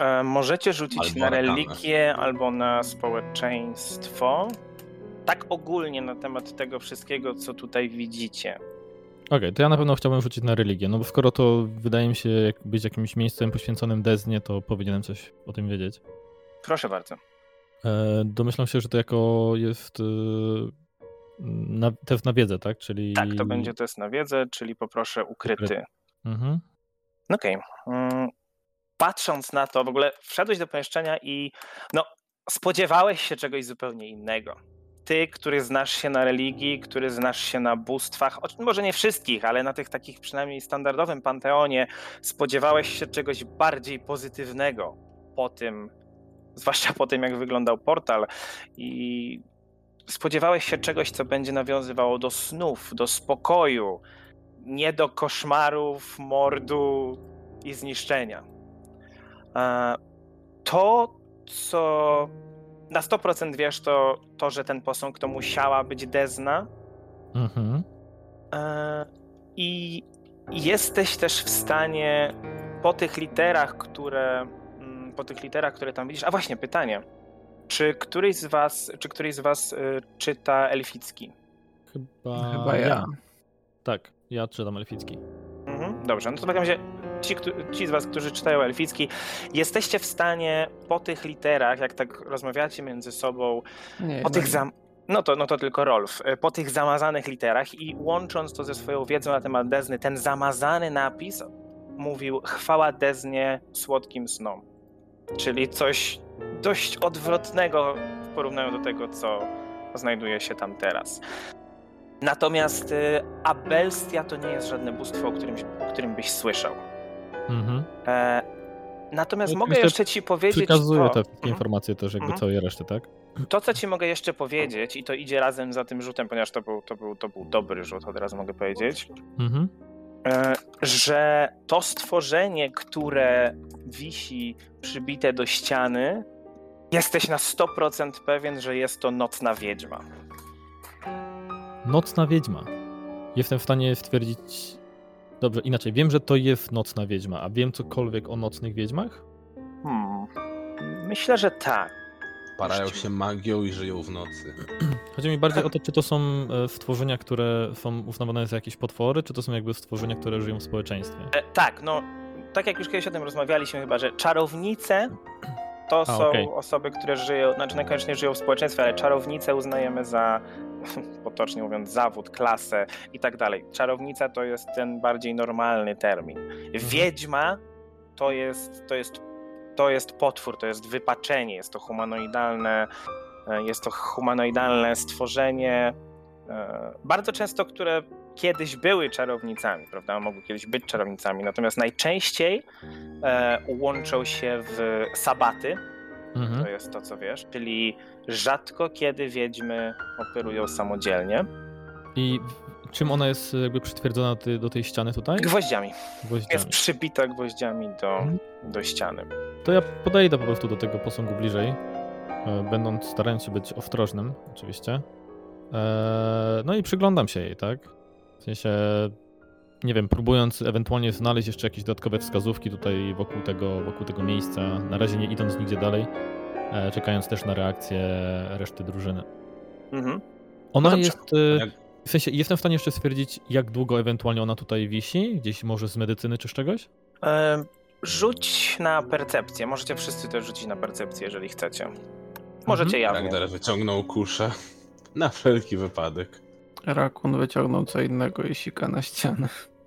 E, możecie rzucić Albo na arkanę. religię albo na społeczeństwo. Tak ogólnie na temat tego wszystkiego, co tutaj widzicie. Okej, okay, to ja na pewno chciałbym rzucić na religię, no bo skoro to wydaje mi się jak być jakimś miejscem poświęconym Desnie, to powinienem coś o tym wiedzieć. Proszę bardzo. E, domyślam się, że to jako jest e, na, test na wiedzę, tak? Czyli... Tak, to będzie test na wiedzę, czyli poproszę ukryty. Ukryty. Mhm. Okej. Okay. Patrząc na to, w ogóle wszedłeś do pomieszczenia i no, spodziewałeś się czegoś zupełnie innego. Ty, który znasz się na religii, który znasz się na bóstwach, może nie wszystkich, ale na tych takich przynajmniej standardowym panteonie, spodziewałeś się czegoś bardziej pozytywnego po tym, zwłaszcza po tym, jak wyglądał portal, i spodziewałeś się czegoś, co będzie nawiązywało do snów, do spokoju, nie do koszmarów, mordu i zniszczenia. To, co na sto procent wiesz, to to, że ten posąg to musiała być Desna. Mhm. I jesteś też w stanie po tych literach, które po tych literach, które tam widzisz. A właśnie, pytanie. Czy któryś z was, czy któryś z was y, czyta elficki? Chyba, Chyba ja. ja. Tak, ja czytam elficki. Mhm, dobrze, no to w takim razie ci, ci z was, którzy czytają elficki, jesteście w stanie po tych literach, jak tak rozmawiacie między sobą, Nie, po no tych nie. zam... no, to, no to tylko Rolf, po tych zamazanych literach i łącząc to ze swoją wiedzą na temat Desny, ten zamazany napis mówił chwała Desnie słodkim snom. Czyli coś dość odwrotnego w porównaniu do tego, co znajduje się tam teraz. Natomiast y, Abelstia to nie jest żadne bóstwo, o którym, o którym byś słyszał. Mhm. E, natomiast No, mogę myślę, jeszcze ci powiedzieć Przekazuję to, te wszystkie Mhm. informacje też jakby Mhm. całej reszty, tak? to, co ci mogę jeszcze powiedzieć, i to idzie razem za tym rzutem, ponieważ to był, to był, to był dobry rzut, od razu mogę powiedzieć, Mhm. e, że to stworzenie, które wisi przybite do ściany, jesteś na sto procent pewien, że jest to nocna wiedźma. Nocna wiedźma. Jestem w stanie stwierdzić... Dobrze, inaczej. Wiem, że to jest nocna wiedźma, a wiem cokolwiek o nocnych wiedźmach? Hmm. Myślę, że tak. Parają się magią i żyją w nocy. Chodzi mi bardziej o to, czy to są e, stworzenia, które są uznawane za jakieś potwory, czy to są jakby stworzenia, które żyją w społeczeństwie? E, tak, no, tak jak już kiedyś o tym rozmawialiśmy chyba, że czarownice to A, są okej. osoby, które żyją, znaczy niekoniecznie żyją w społeczeństwie, ale czarownice uznajemy za, potocznie mówiąc, zawód, klasę i tak dalej. Czarownica to jest ten bardziej normalny termin. Wiedźma to jest, to jest, to jest potwór, to jest wypaczenie, jest to humanoidalne, jest to humanoidalne stworzenie, e, bardzo często, które kiedyś były czarownicami, prawda? Mogły kiedyś być czarownicami, natomiast najczęściej e, łączą się w sabaty, Mhm. to jest to, co wiesz, czyli rzadko kiedy wiedźmy operują samodzielnie. I czym ona jest jakby przytwierdzona ty, do tej ściany tutaj? Gwoździami. Jest Gwoździami. przybita gwoździami do, Mhm. do ściany. To ja podejdę po prostu do tego posągu bliżej, e, będąc, starając się być ostrożnym, oczywiście. E, no i przyglądam się jej, tak? W sensie, nie wiem, próbując ewentualnie znaleźć jeszcze jakieś dodatkowe wskazówki tutaj wokół tego, wokół tego miejsca, na razie nie idąc nigdzie dalej, e, czekając też na reakcję reszty drużyny. Mhm. Ona No dobrze. jest, e, w sensie, jestem w stanie jeszcze stwierdzić, jak długo ewentualnie ona tutaj wisi, gdzieś może z medycyny czy z czegoś? E, rzuć na percepcję. Możecie wszyscy też rzucić na percepcję, jeżeli chcecie. Możecie Mhm. jawnie. Ragnar wyciągnął kuszę na wszelki wypadek. Rakun wyciągnął co innego i sika na ścianę.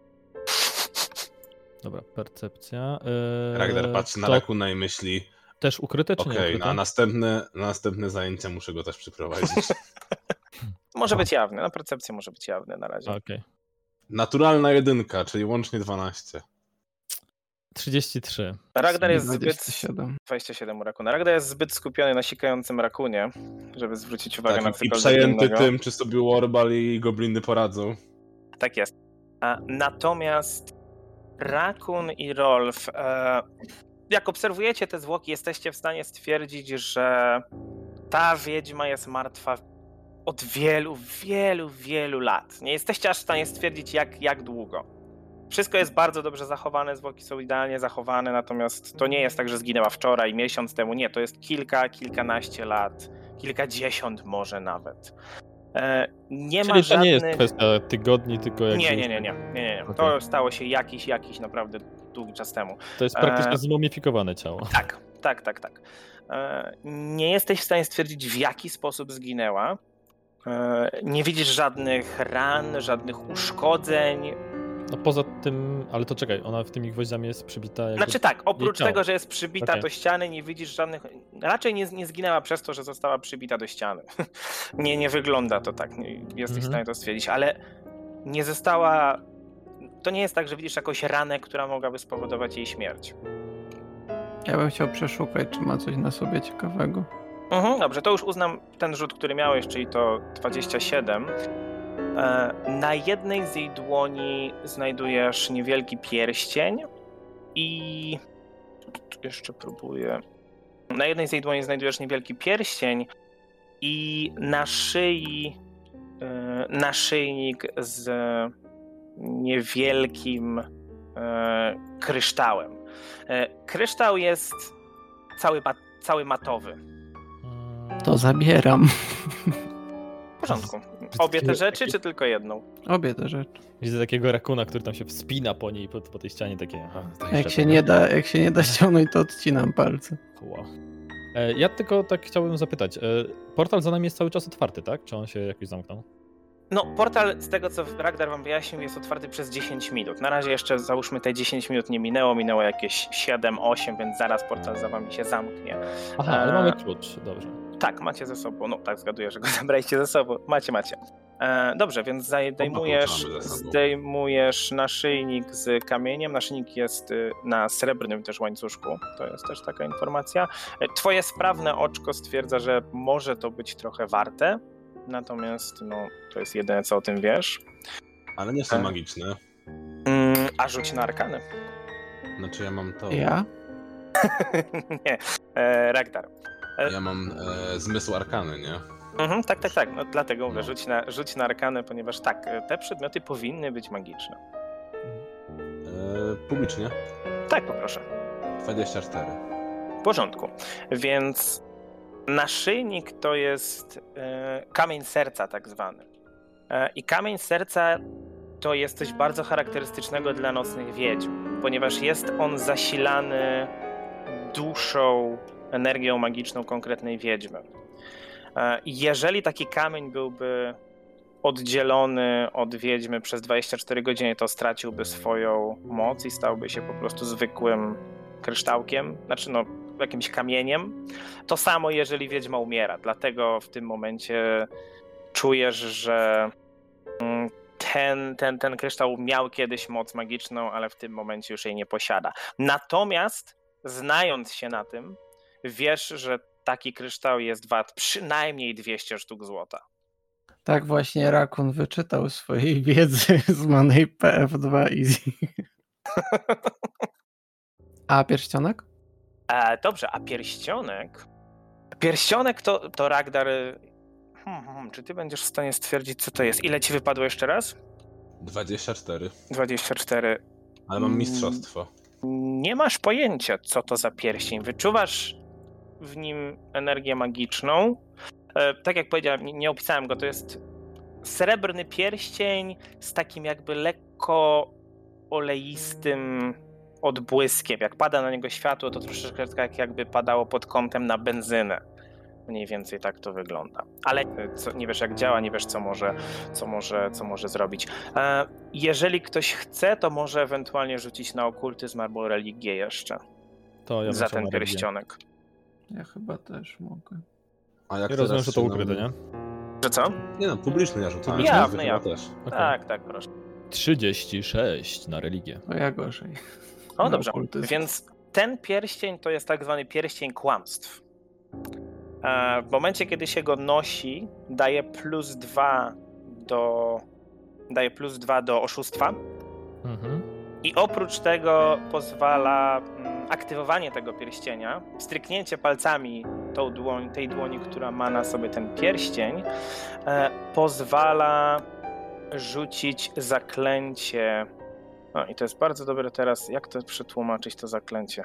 Dobra, percepcja. E, Ragnar patrzy na to Rakuna i myśli, też ukryte czy nie okej, ukryte? na następne, na następne zajęcia muszę go też przyprowadzić. Może być jawny. Na percepcję może być jawny na razie. Okej. Naturalna jedynka, czyli łącznie dwanaście. trzydzieści trzy. Ragnar jest zbyt... dwadzieścia siedem. dwadzieścia siedem u Rakuna. Ragnar jest zbyt skupiony na sikającym rakunie, żeby zwrócić uwagę na Tak, i cokolwiek przejęty innego. tym, czy sobie Warbal i gobliny poradzą. Tak jest. A, natomiast Rakun i Rolf, e, jak obserwujecie te zwłoki, jesteście w stanie stwierdzić, że ta wiedźma jest martwa od wielu, wielu, wielu lat. Nie jesteście aż w stanie stwierdzić, jak, jak długo. Wszystko jest bardzo dobrze zachowane, zwłoki są idealnie zachowane, natomiast to nie jest tak, że zginęła wczoraj, miesiąc temu. Nie, to jest kilka, kilkanaście lat, kilkadziesiąt może nawet. E, nie Czyli ma to żadnych... nie jest kwestia tygodni, tylko jakby... Nie, nie, nie, nie, nie, nie, nie. Okay. To stało się jakiś, jakiś naprawdę długi czas temu. To jest praktycznie e... zmumifikowane ciało. Tak, tak, tak, tak. E, nie jesteś w stanie stwierdzić, w jaki sposób zginęła. E, nie widzisz żadnych ran, żadnych uszkodzeń. No poza tym, ale to czekaj, ona w tymi gwoździami jest przybita jakby... Znaczy tak, oprócz ciało. tego, że jest przybita Okay. do ściany, nie widzisz żadnych... Raczej nie, nie zginęła przez to, że została przybita do ściany. nie, nie wygląda to tak, nie jesteś Mhm. w stanie to stwierdzić, ale nie została... To nie jest tak, że widzisz jakąś ranę, która mogłaby spowodować jej śmierć. Ja bym chciał przeszukać, czy ma coś na sobie ciekawego. Mhm, dobrze, to już uznam ten rzut, który miałeś, czyli to dwadzieścia siedem. E, na jednej z jej dłoni znajdujesz niewielki pierścień i... Jeszcze próbuję... Na jednej z jej dłoni znajdujesz niewielki pierścień i na szyi e, naszyjnik z niewielkim e, kryształem. E, kryształ jest cały, ma, cały matowy. Mm, To zabieram. W porządku. Obie te rzeczy, czy tylko jedną? Obie te rzeczy. Widzę takiego rakuna, który tam się wspina po niej, po, po tej ścianie, takie... Aha, to Jak jeszcze się to, nie da, jak się nie da ściągnąć, to odcinam palce. Wow. E, Ja tylko tak chciałbym zapytać, e, portal za nami jest cały czas otwarty, tak? Czy on się jakoś zamknął? No, portal, z tego co Ragnar wam wyjaśnił, jest otwarty przez dziesięć minut. Na razie jeszcze, załóżmy, te dziesięć minut nie minęło, minęło jakieś siedem osiem, więc zaraz portal za wami się zamknie. Aha, ale E, mamy klucz, dobrze. Tak, macie ze sobą, no tak, zgaduję, że go zabraliście ze sobą. Macie, macie. E, dobrze, więc zdejmujesz, klucz mamy ze sobą. zdejmujesz naszyjnik z kamieniem. Naszyjnik jest y, na srebrnym też łańcuszku. To jest też taka informacja. E, Twoje sprawne oczko stwierdza, że może to być trochę warte. Natomiast, no, to jest jedyne, co o tym wiesz. Ale nie są E. magiczne. Mm, a rzuć na arkany. Znaczy ja mam to... Ja? Nie, e, Ragnar. Ja mam e, zmysł arkany, nie? Mhm, tak, tak, tak. No, dlatego mówię, No. rzuć na, rzuć na arkanę, ponieważ tak, te przedmioty powinny być magiczne. E, publicznie. Tak, poproszę. dwadzieścia cztery. W porządku. Więc naszyjnik to jest e, kamień serca tak zwany. E, I kamień serca to jest coś bardzo charakterystycznego dla nocnych wiedźm, ponieważ jest on zasilany duszą, energią magiczną konkretnej wiedźmy. E, jeżeli taki kamień byłby oddzielony od wiedźmy przez dwadzieścia cztery godziny, to straciłby swoją moc i stałby się po prostu zwykłym kryształkiem, znaczy no jakimś kamieniem. To samo jeżeli wiedźma umiera, dlatego w tym momencie czujesz, że ten, ten, ten kryształ miał kiedyś moc magiczną, ale w tym momencie już jej nie posiada. Natomiast znając się na tym, wiesz, że taki kryształ jest wart przynajmniej dwieście sztuk złota. Tak właśnie Rakun wyczytał swojej wiedzy z Manej P F dwa Easy. A pierścionek? E, dobrze, a pierścionek? Pierścionek to, to Ragnar... Hmm, hmm, czy ty będziesz w stanie stwierdzić, co to jest? Ile ci wypadło jeszcze raz? dwadzieścia cztery. dwadzieścia cztery. Ale mam mistrzostwo. Nie masz pojęcia, co to za pierścień. Wyczuwasz w nim energię magiczną. E, tak jak powiedziałem, nie, nie opisałem go, to jest srebrny pierścień z takim jakby lekko oleistym odbłyskiem. Jak pada na niego światło, to troszeczkę tak jakby padało pod kątem na benzynę. Mniej więcej tak to wygląda. Ale co, nie wiesz jak działa, nie wiesz co może, co może, co może zrobić. E, jeżeli ktoś chce, to może ewentualnie rzucić na okultyzm albo religię jeszcze. To ja bym Za chciał ten na religię. pierścionek. Ja chyba też mogę. A jak Ja rozumiem, teraz że to się ukryte, nam- nie? że co? Nie no, publiczny ja rzucałem. Publiczny? Wy Jawny, chyba jawny. też. Okay. Tak, tak, proszę. trzydzieści sześć na religię. To ja gorzej. O, Na dobrze. okultyzm. Więc ten pierścień to jest tak zwany pierścień kłamstw. E, W momencie, kiedy się go nosi, daje plus dwa do, daje plus dwa do oszustwa. Mhm. I oprócz tego pozwala mm, aktywowanie tego pierścienia, stryknięcie palcami tą dłoń, tej dłoni, która ma na sobie ten pierścień, e, pozwala rzucić zaklęcie No i to jest bardzo dobre teraz, jak to przetłumaczyć to zaklęcie?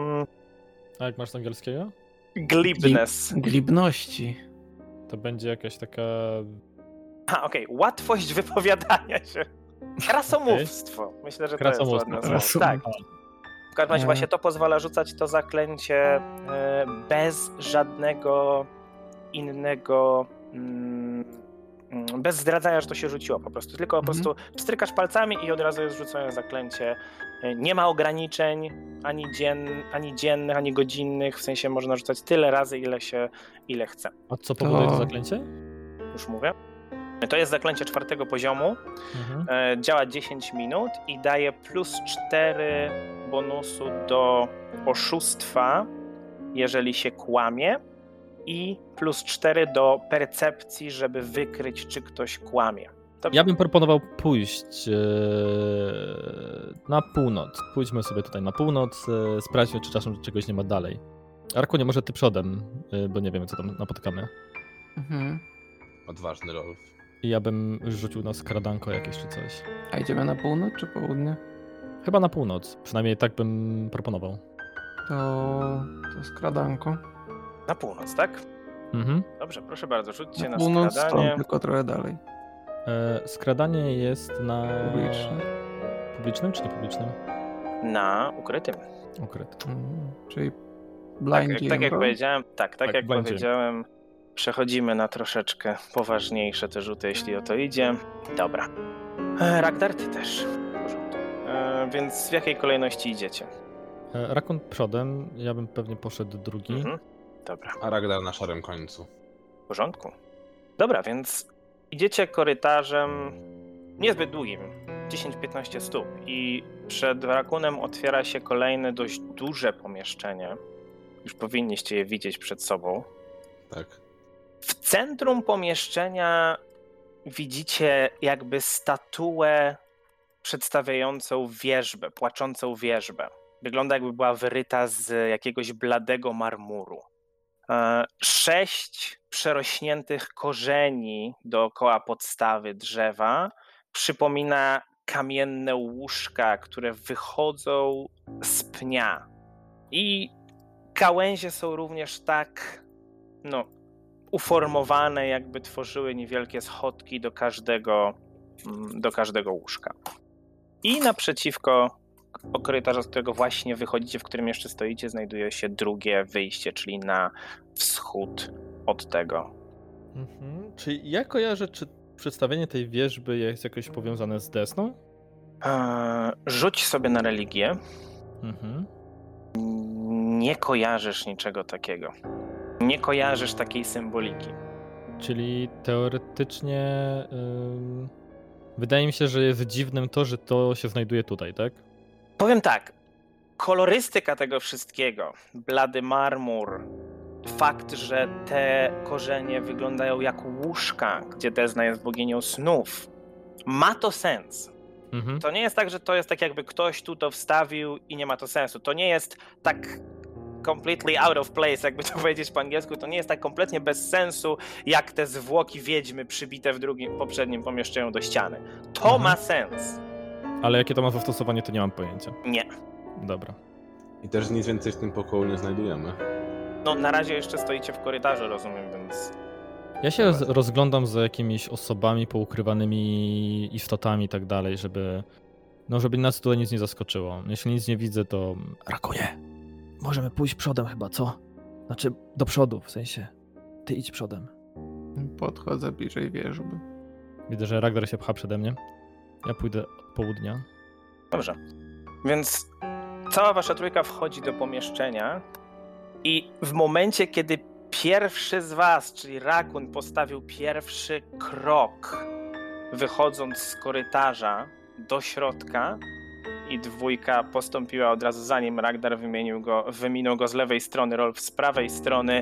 A jak masz z angielskiego? Glibness. Glibności. To będzie jakaś taka... A, okej, okay. Łatwość wypowiadania się. Krasomówstwo. Myślę, że to jest ładne słowo. Tak. W każdym razie właśnie to pozwala rzucać to zaklęcie e, bez żadnego innego... Mm, bez zdradzania, że to się rzuciło po prostu. Tylko po prostu strykasz palcami i od razu jest rzucone zaklęcie. Nie ma ograniczeń ani, dzien, ani dziennych, ani godzinnych. W sensie można rzucać tyle razy, ile się ile chce. A co powoduje to, to zaklęcie? Już mówię. To jest zaklęcie czwartego poziomu. Mhm. Działa dziesięć minut i daje plus cztery bonusu do oszustwa, jeżeli się kłamie. I plus cztery do percepcji, żeby wykryć, czy ktoś kłamie. Dobrze? Ja bym proponował pójść e, na północ. Pójdźmy sobie tutaj na północ, e, sprawdźmy, czy czasem czegoś nie ma dalej. Arkunie, może ty przodem, e, bo nie wiemy, co tam napotkamy. Mhm. Odważny Rolf. I ja bym rzucił na skradanko jakieś czy coś. A idziemy na północ czy południe? Chyba na północ. Przynajmniej tak bym proponował. To, to skradanko. Na północ, tak? Mhm. Dobrze, proszę bardzo, rzućcie na, na północ, skradanie. Stąd, tylko trochę dalej. E, skradanie jest na... Publicznym. Publicznym czy niepublicznym? Na ukrytym. Ukrytym. Mhm. Czyli blind Tak, tak jak roll? powiedziałem, tak, tak, Tak, jak blind powiedziałem, przechodzimy na troszeczkę poważniejsze te rzuty, jeśli o to idzie. Dobra. E, Ragnar, ty też. W porządku. E, więc w jakiej kolejności idziecie? E, Rakun przodem, ja bym pewnie poszedł drugi. Mhm. Dobra. A Ragnar na szarym końcu. W porządku. Dobra, więc idziecie korytarzem niezbyt długim, dziesięć do piętnastu stóp i przed Rakunem otwiera się kolejne dość duże pomieszczenie. Już powinniście je widzieć przed sobą. Tak. W centrum pomieszczenia widzicie jakby statuę przedstawiającą wierzbę, płaczącą wierzbę. Wygląda, jakby była wyryta z jakiegoś bladego marmuru. Sześć przerośniętych korzeni dookoła podstawy drzewa przypomina kamienne łóżka, które wychodzą z pnia. I gałęzie są również tak, no, uformowane, jakby tworzyły niewielkie schodki do każdego, do każdego łóżka. I naprzeciwko korytarza, z którego właśnie wychodzicie, w którym jeszcze stoicie, znajduje się drugie wyjście, czyli na wschód od tego. Mhm. Czyli ja kojarzę, czy przedstawienie tej wierzby jest jakoś powiązane z Desną? Eee, rzuć sobie na religię. Mhm. Nie kojarzysz niczego takiego. Nie kojarzysz takiej symboliki. Czyli teoretycznie yy, wydaje mi się, że jest dziwnym to, że to się znajduje tutaj, tak? Powiem tak, kolorystyka tego wszystkiego, blady marmur, fakt, że te korzenie wyglądają jak łóżka, gdzie Desna jest boginią snów, ma to sens. Mhm. To nie jest tak, że to jest tak, jakby ktoś tu to wstawił i nie ma to sensu. To nie jest tak completely out of place, jakby to powiedzieć po angielsku, to nie jest tak kompletnie bez sensu, jak te zwłoki wiedźmy przybite w drugim, poprzednim pomieszczeniu do ściany. To mhm. ma sens. Ale jakie to ma zastosowanie, to nie mam pojęcia. Nie. Dobra. I też nic więcej w tym pokoju nie znajdujemy. No na razie jeszcze stoicie w korytarzu, rozumiem, więc... Ja się roz- rozglądam za jakimiś osobami poukrywanymi, istotami i tak dalej, żeby... No, żeby nas tutaj nic nie zaskoczyło. Jeśli nic nie widzę, to... Rakunie! Możemy pójść przodem chyba, co? Znaczy, do przodu, w sensie. Ty idź przodem. Podchodzę bliżej wierzby. Widzę, że Ragnar się pcha przede mnie. Ja pójdę od południa. Dobrze. Więc cała wasza trójka wchodzi do pomieszczenia i w momencie, kiedy pierwszy z was, czyli Rakun, postawił pierwszy krok, wychodząc z korytarza do środka, i dwójka postąpiła od razu za nim, Ragnar wymienił go, wyminął go z lewej strony, Rolf z prawej strony.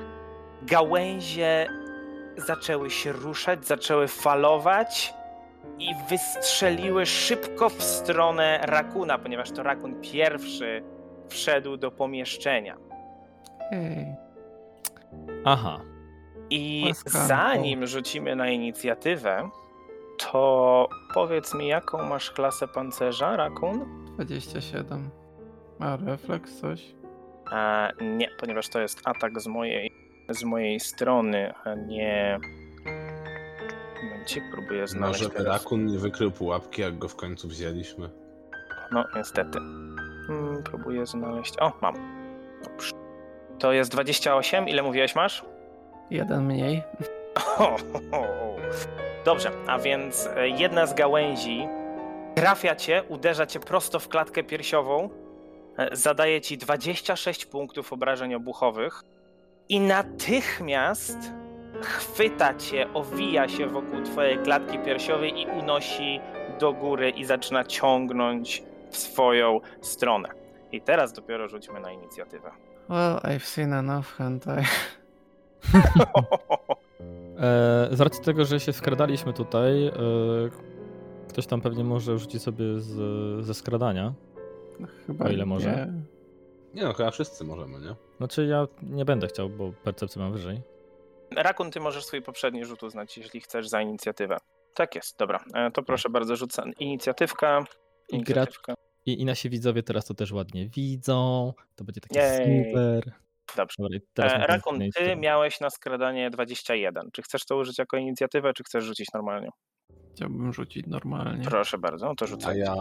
Gałęzie zaczęły się ruszać, zaczęły falować i wystrzeliły szybko w stronę Rakuna, ponieważ to Rakun pierwszy wszedł do pomieszczenia. Hej. Aha. I zanim rzucimy na inicjatywę, To powiedz mi, jaką masz klasę pancerza, Rakun? dwadzieścia siedem. A refleks coś? A, nie, ponieważ to jest atak z mojej, z mojej strony, a nie... Momencik, próbuję znaleźć Może teraz. Rakun nie wykrył pułapki, jak go w końcu wzięliśmy. No, niestety. Hmm, próbuję znaleźć... O, mam. Dobrze. To jest dwadzieścia osiem. Ile mówiłeś masz? Jeden mniej. O, o, o. Dobrze, a więc jedna z gałęzi trafia cię, uderza cię prosto w klatkę piersiową, zadaje ci dwadzieścia sześć punktów obrażeń obuchowych i natychmiast chwyta cię, owija się wokół twojej klatki piersiowej i unosi do góry i zaczyna ciągnąć w swoją stronę. I teraz dopiero rzućmy na inicjatywę. Well, I've seen enough hentai. E, z racji tego, że się skradaliśmy tutaj, e, ktoś tam pewnie może rzucić sobie z, ze skradania. No, chyba O ile może? Nie. Nie no, chyba wszyscy możemy, nie? Znaczy ja nie będę chciał, bo percepcję mam wyżej. Rakun, ty możesz swój poprzedni rzut uznać, jeśli chcesz, za inicjatywę. Tak jest, dobra. E, To proszę bardzo, rzucę inicjatywka. I Inicjatywka. I, I nasi widzowie teraz to też ładnie widzą. To będzie takie Jej. super. Dobrze. Dobra, i teraz E, mam ten Rakun, miejsce. ty miałeś na skradanie dwadzieścia jeden. Czy chcesz to użyć jako inicjatywę, czy chcesz rzucić normalnie? Chciałbym rzucić normalnie. Proszę bardzo, no to A rzucaj. ja...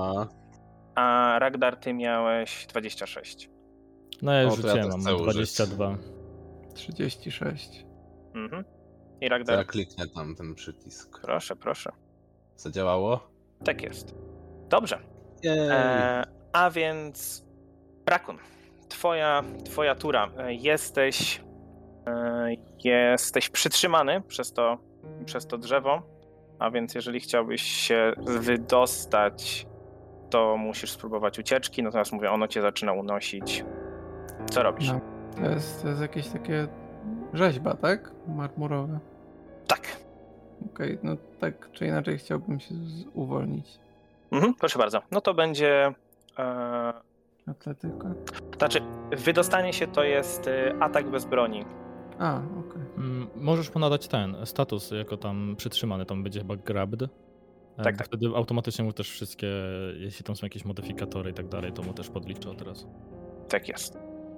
A Ragdar, ty miałeś dwadzieścia sześć. No ja już O, to ja rzuciłem, też mam chcę użyć. dwadzieścia dwa. trzydzieści sześć. Mhm. I Ja Ragdar, kliknę tam ten przycisk. proszę, proszę. Zadziałało? Tak jest. Dobrze. Jej. E, a więc Rakun, twoja, twoja tura. E, Jesteś, e, jesteś przytrzymany przez to, przez to drzewo, a więc jeżeli chciałbyś się wydostać, to musisz spróbować ucieczki, natomiast mówię, ono cię zaczyna unosić. Co robisz? No, to jest, to jest jakieś takie rzeźba, tak? Marmurowe. Tak. Okej, no tak czy inaczej chciałbym się z- uwolnić. Mhm, proszę bardzo. No to będzie... E, Atletyka. znaczy, wydostanie się to jest e, atak bez broni. A, okej. Mm, Możesz ponadać ten status jako tam przytrzymany, tam będzie chyba grabbed. E, Tak, bo tak. Wtedy automatycznie mu też wszystkie, jeśli tam są jakieś modyfikatory i tak dalej, to mu też podliczę od razu. Tak jest.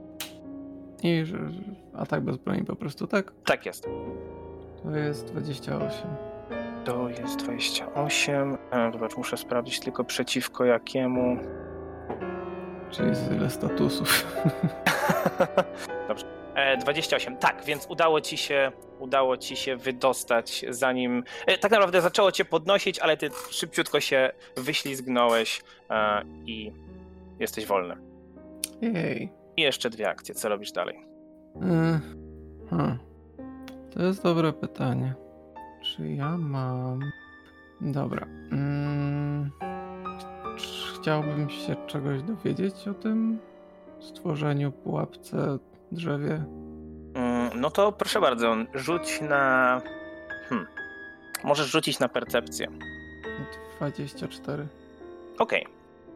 I że, że atak bez broni po prostu, tak? Tak jest. To jest dwadzieścia osiem. To jest dwadzieścia osiem. E, Zobacz, muszę sprawdzić tylko przeciwko jakiemu. Czyli z ile statusów. Dobrze. E, dwadzieścia osiem. Tak, więc udało ci się, udało ci się wydostać zanim. E, tak naprawdę zaczęło cię podnosić, ale ty szybciutko się wyślizgnąłeś e, i jesteś wolny. Jej. I jeszcze dwie akcje. Co robisz dalej? Yy, hmm. To jest dobre pytanie. Czy ja mam... Dobra. Mm, czy chciałbym się czegoś dowiedzieć o tym stworzeniu, pułapce, drzewie? Mm, no to proszę bardzo, rzuć na. Hmm. Możesz rzucić na percepcję. dwadzieścia cztery. Okej.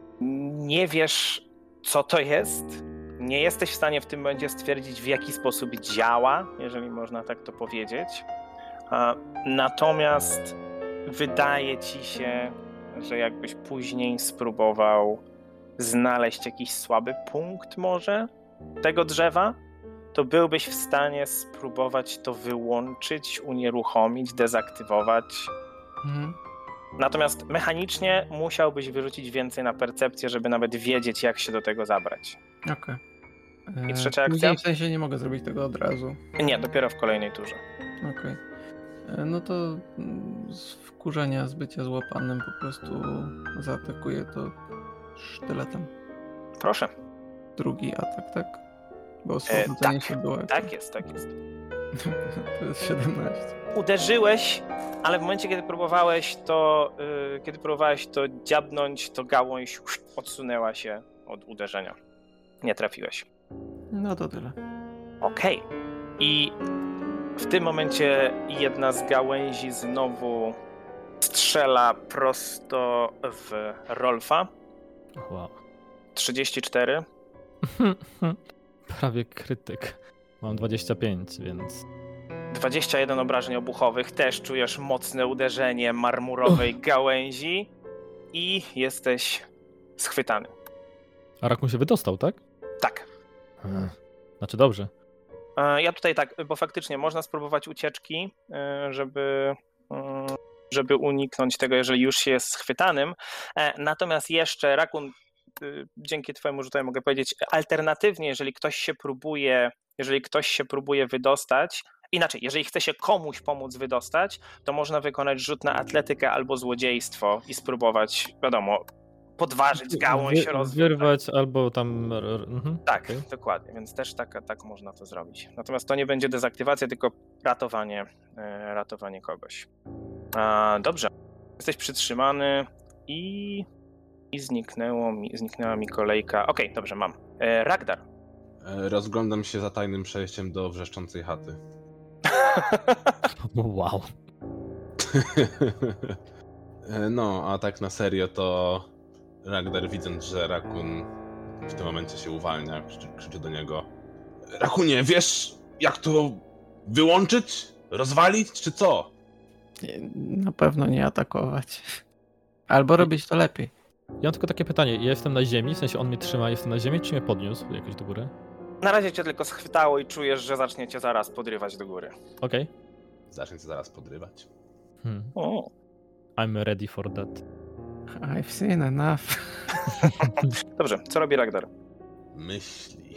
Nie wiesz, co to jest. Nie jesteś w stanie w tym momencie stwierdzić, w jaki sposób działa, jeżeli można tak to powiedzieć. A, Natomiast wydaje ci się, że jakbyś później spróbował znaleźć jakiś słaby punkt może tego drzewa, to byłbyś w stanie spróbować to wyłączyć, unieruchomić, dezaktywować. Mhm. Natomiast mechanicznie musiałbyś wyrzucić więcej na percepcję, żeby nawet wiedzieć, jak się do tego zabrać. Okej. I Yy, trzecia akcja? później w sensie nie mogę zrobić tego od razu. Nie, dopiero w kolejnej turze. Okej. Yy, No to mm, z wkurzenia, z bycia złapanym po prostu zaatakuję to sztyletem. Proszę. Drugi atak, tak? Bo E, oswobodzenie tak, się było. Tak jest, tak jest. To jest siedemnaście. Uderzyłeś, ale w momencie, kiedy próbowałeś to, yy, kiedy próbowałeś to dziabnąć, to gałąź odsunęła się od uderzenia. Nie trafiłeś. No to tyle. Okej. I w tym momencie jedna z gałęzi znowu strzela prosto w Rolfa. Wow. trzydzieści cztery. Prawie krytyk. Mam dwadzieścia pięć, więc dwadzieścia jeden obrażeń obuchowych, też czujesz mocne uderzenie marmurowej gałęzi i jesteś schwytany. A Rakun się wydostał, tak? Tak. Hmm. Znaczy dobrze. Ja tutaj tak, bo faktycznie można spróbować ucieczki, żeby, żeby uniknąć tego, jeżeli już się jest schwytanym. Natomiast jeszcze Rakun, dzięki twojemu rzutowi mogę powiedzieć, alternatywnie, jeżeli ktoś się próbuje, jeżeli ktoś się próbuje wydostać, inaczej, jeżeli chce się komuś pomóc wydostać, to można wykonać rzut na atletykę albo złodziejstwo i spróbować, wiadomo, podważyć gałąź, Wy, rozwiązać. Wyrwać albo tam... Mhm. Tak, Okay. dokładnie, więc też tak, tak można to zrobić. Natomiast to nie będzie dezaktywacja, tylko ratowanie, e, ratowanie kogoś. A, dobrze, jesteś przytrzymany i, i zniknęło mi, zniknęła mi kolejka. Okej, okay, dobrze, mam. E, Ragdar. E, Rozglądam się za tajnym przejściem do wrzeszczącej chaty. Wow. E, No, a tak na serio to Ragdar, widząc, że Rakun w tym momencie się uwalnia, krzyczy, krzyczy do niego: Rakunie, wiesz jak to wyłączyć? Rozwalić czy co? Na pewno nie atakować. Albo robić to lepiej. Ja mam tylko takie pytanie. Ja jestem na ziemi, w sensie on mnie trzyma, jestem na ziemi, czy mnie podniósł jakoś do góry? Na razie cię tylko schwytało i czujesz, że zaczniecie zaraz podrywać do góry. Okej. Okay. Zacznie się zaraz podrywać. Hmm. O. I'm ready for that. I've seen enough. Dobrze, co robi Ragdar? Myśli.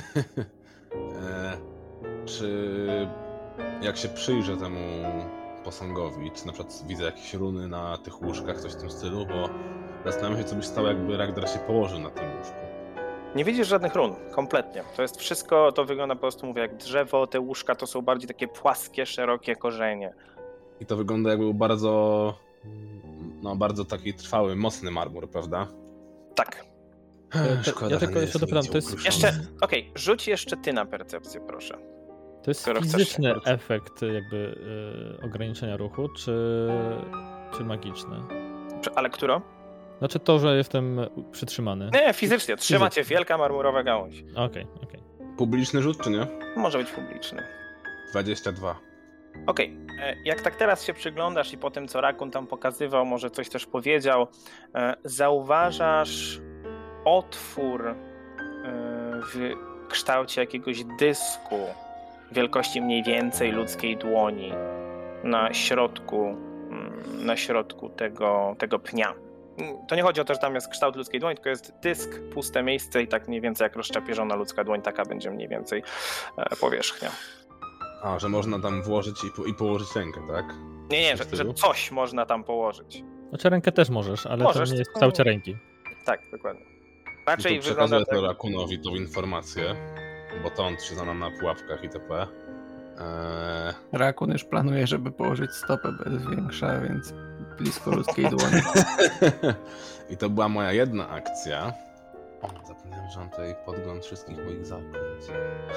e, czy jak się przyjrzę temu posągowi, czy na przykład widzę jakieś runy na tych łóżkach, coś w tym stylu, bo zastanawiam się, co by się stało, jakby Ragdar się położył na tym łóżku. Nie widzisz żadnych run, kompletnie. To jest wszystko, to wygląda po prostu, mówię, jak drzewo, te łóżka to są bardziej takie płaskie, szerokie korzenie. I to wygląda, jakby był bardzo, no bardzo taki trwały, mocny marmur, prawda? Tak. Szkoda, ja tylko jeszcze dopytam, to jest... Jeszcze, okej, okay, rzuć jeszcze ty na percepcję, proszę. To jest fizyczny efekt jakby yy, ograniczenia ruchu, czy, czy magiczny? Ale które? Znaczy to, że jestem przytrzymany. Nie, fizycznie. Trzyma cię wielka marmurowa gałąź. Okej, okay, okej. Okay. Publiczny rzut, czy nie? Może być publiczny. dwadzieścia dwa. Okej, okay. Jak tak teraz się przyglądasz i po tym, co Rakun tam pokazywał, może coś też powiedział, zauważasz otwór w kształcie jakiegoś dysku wielkości mniej więcej ludzkiej dłoni na środku, na środku tego, tego pnia. To nie chodzi o to, że tam jest kształt ludzkiej dłoni, tylko jest dysk, puste miejsce i tak mniej więcej jak rozczapierzona ludzka dłoń, taka będzie mniej więcej powierzchnia. A, że można tam włożyć i, po, i położyć rękę, tak? Nie, nie, że, że coś można tam położyć. Znaczy rękę też możesz, ale możesz, to nie jest w kształcie ręki. Tak, dokładnie. Raczej I to przekazuję tak... to Rakunowi tą informację, bo to on się zna na pułapkach itp. Eee... Rakun już planuje, żeby położyć stopę bez większa, więc blisko ludzkiej dłoni. I to była moja jedna akcja. Zapomniałem, że mam tutaj podgląd wszystkich moich zaklęć.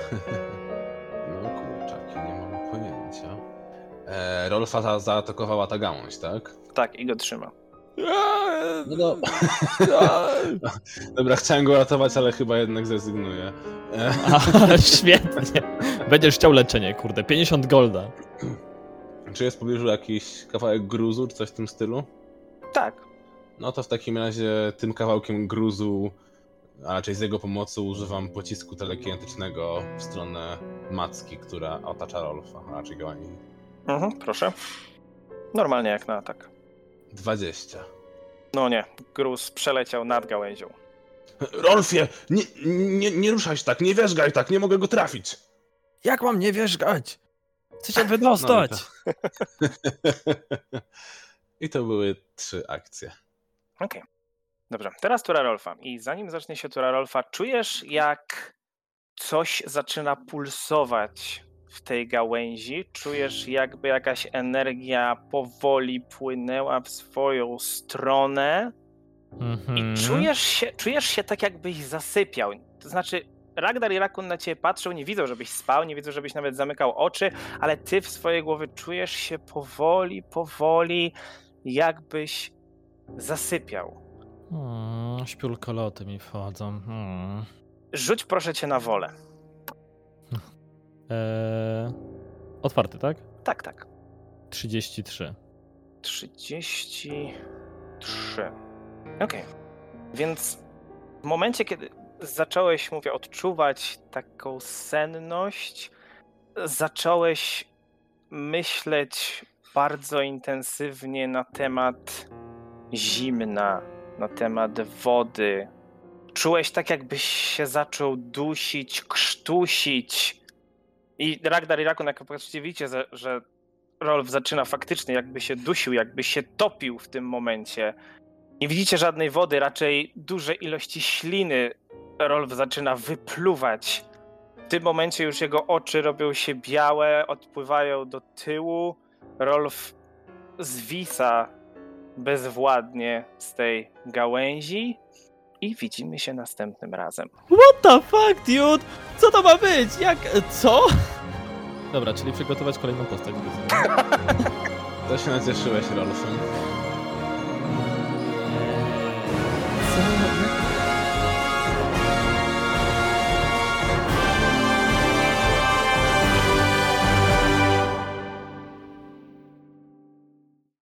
No kurczaki, nie mam pojęcia. Eee, Rolfa za zaatakowała ta gałąź, tak? Tak, i go trzyma. No do... Dobra, chciałem go ratować, ale chyba jednak zrezygnuję. A, świetnie. Będziesz chciał leczenie, kurde. pięćdziesiąt golda. Czy jest w pobliżu jakiś kawałek gruzu, czy coś w tym stylu? Tak. No to w takim razie tym kawałkiem gruzu, a raczej z jego pomocą używam pocisku telekinetycznego w stronę macki, która otacza Rolfa, a raczej gałęzi. Mhm, proszę. Normalnie jak na atak. dwadzieścia. No nie, gruz przeleciał nad gałęzią. Rolfie, nie, nie, nie ruszaj się tak, nie wierzgaj tak, nie mogę go trafić. Jak mam nie wierzgać? Chcę się wydostać. No i, to... I to były trzy akcje. Okej. Okay. Dobrze, teraz tura Rolfa. I zanim zacznie się tura Rolfa, czujesz jak coś zaczyna pulsować w tej gałęzi. Czujesz jakby jakaś energia powoli płynęła w swoją stronę. Mm-hmm. I czujesz się, czujesz się tak jakbyś zasypiał. To znaczy Ragdar i Rakun na ciebie patrzą, nie widzą, żebyś spał, nie widzą, żebyś nawet zamykał oczy, ale ty w swojej głowie czujesz się powoli, powoli, jakbyś zasypiał. Hmm, śpiulkoloty mi wchodzą. Hmm. Rzuć proszę cię na wolę. Eee, Otwarty, tak? Tak, tak. trzydzieści trzy. trzydzieści trzy. Okej. Więc w momencie, kiedy zacząłeś, mówię, odczuwać taką senność, zacząłeś myśleć bardzo intensywnie na temat zimna, na temat wody. Czułeś tak, jakbyś się zaczął dusić, krztusić. I Ragnar i Rakun, jak patrzycie, widzicie, że- że Rolf zaczyna faktycznie jakby się dusił, jakby się topił w tym momencie. Nie widzicie żadnej wody, raczej duże ilości śliny Rolf zaczyna wypluwać. W tym momencie już jego oczy robią się białe, odpływają do tyłu. Rolf zwisa bezwładnie z tej gałęzi i widzimy się następnym razem. What the fuck, dude? Co to ma być? Jak? Co? Dobra, czyli przygotować kolejną postać. To się nacieszyłeś, Rolfem.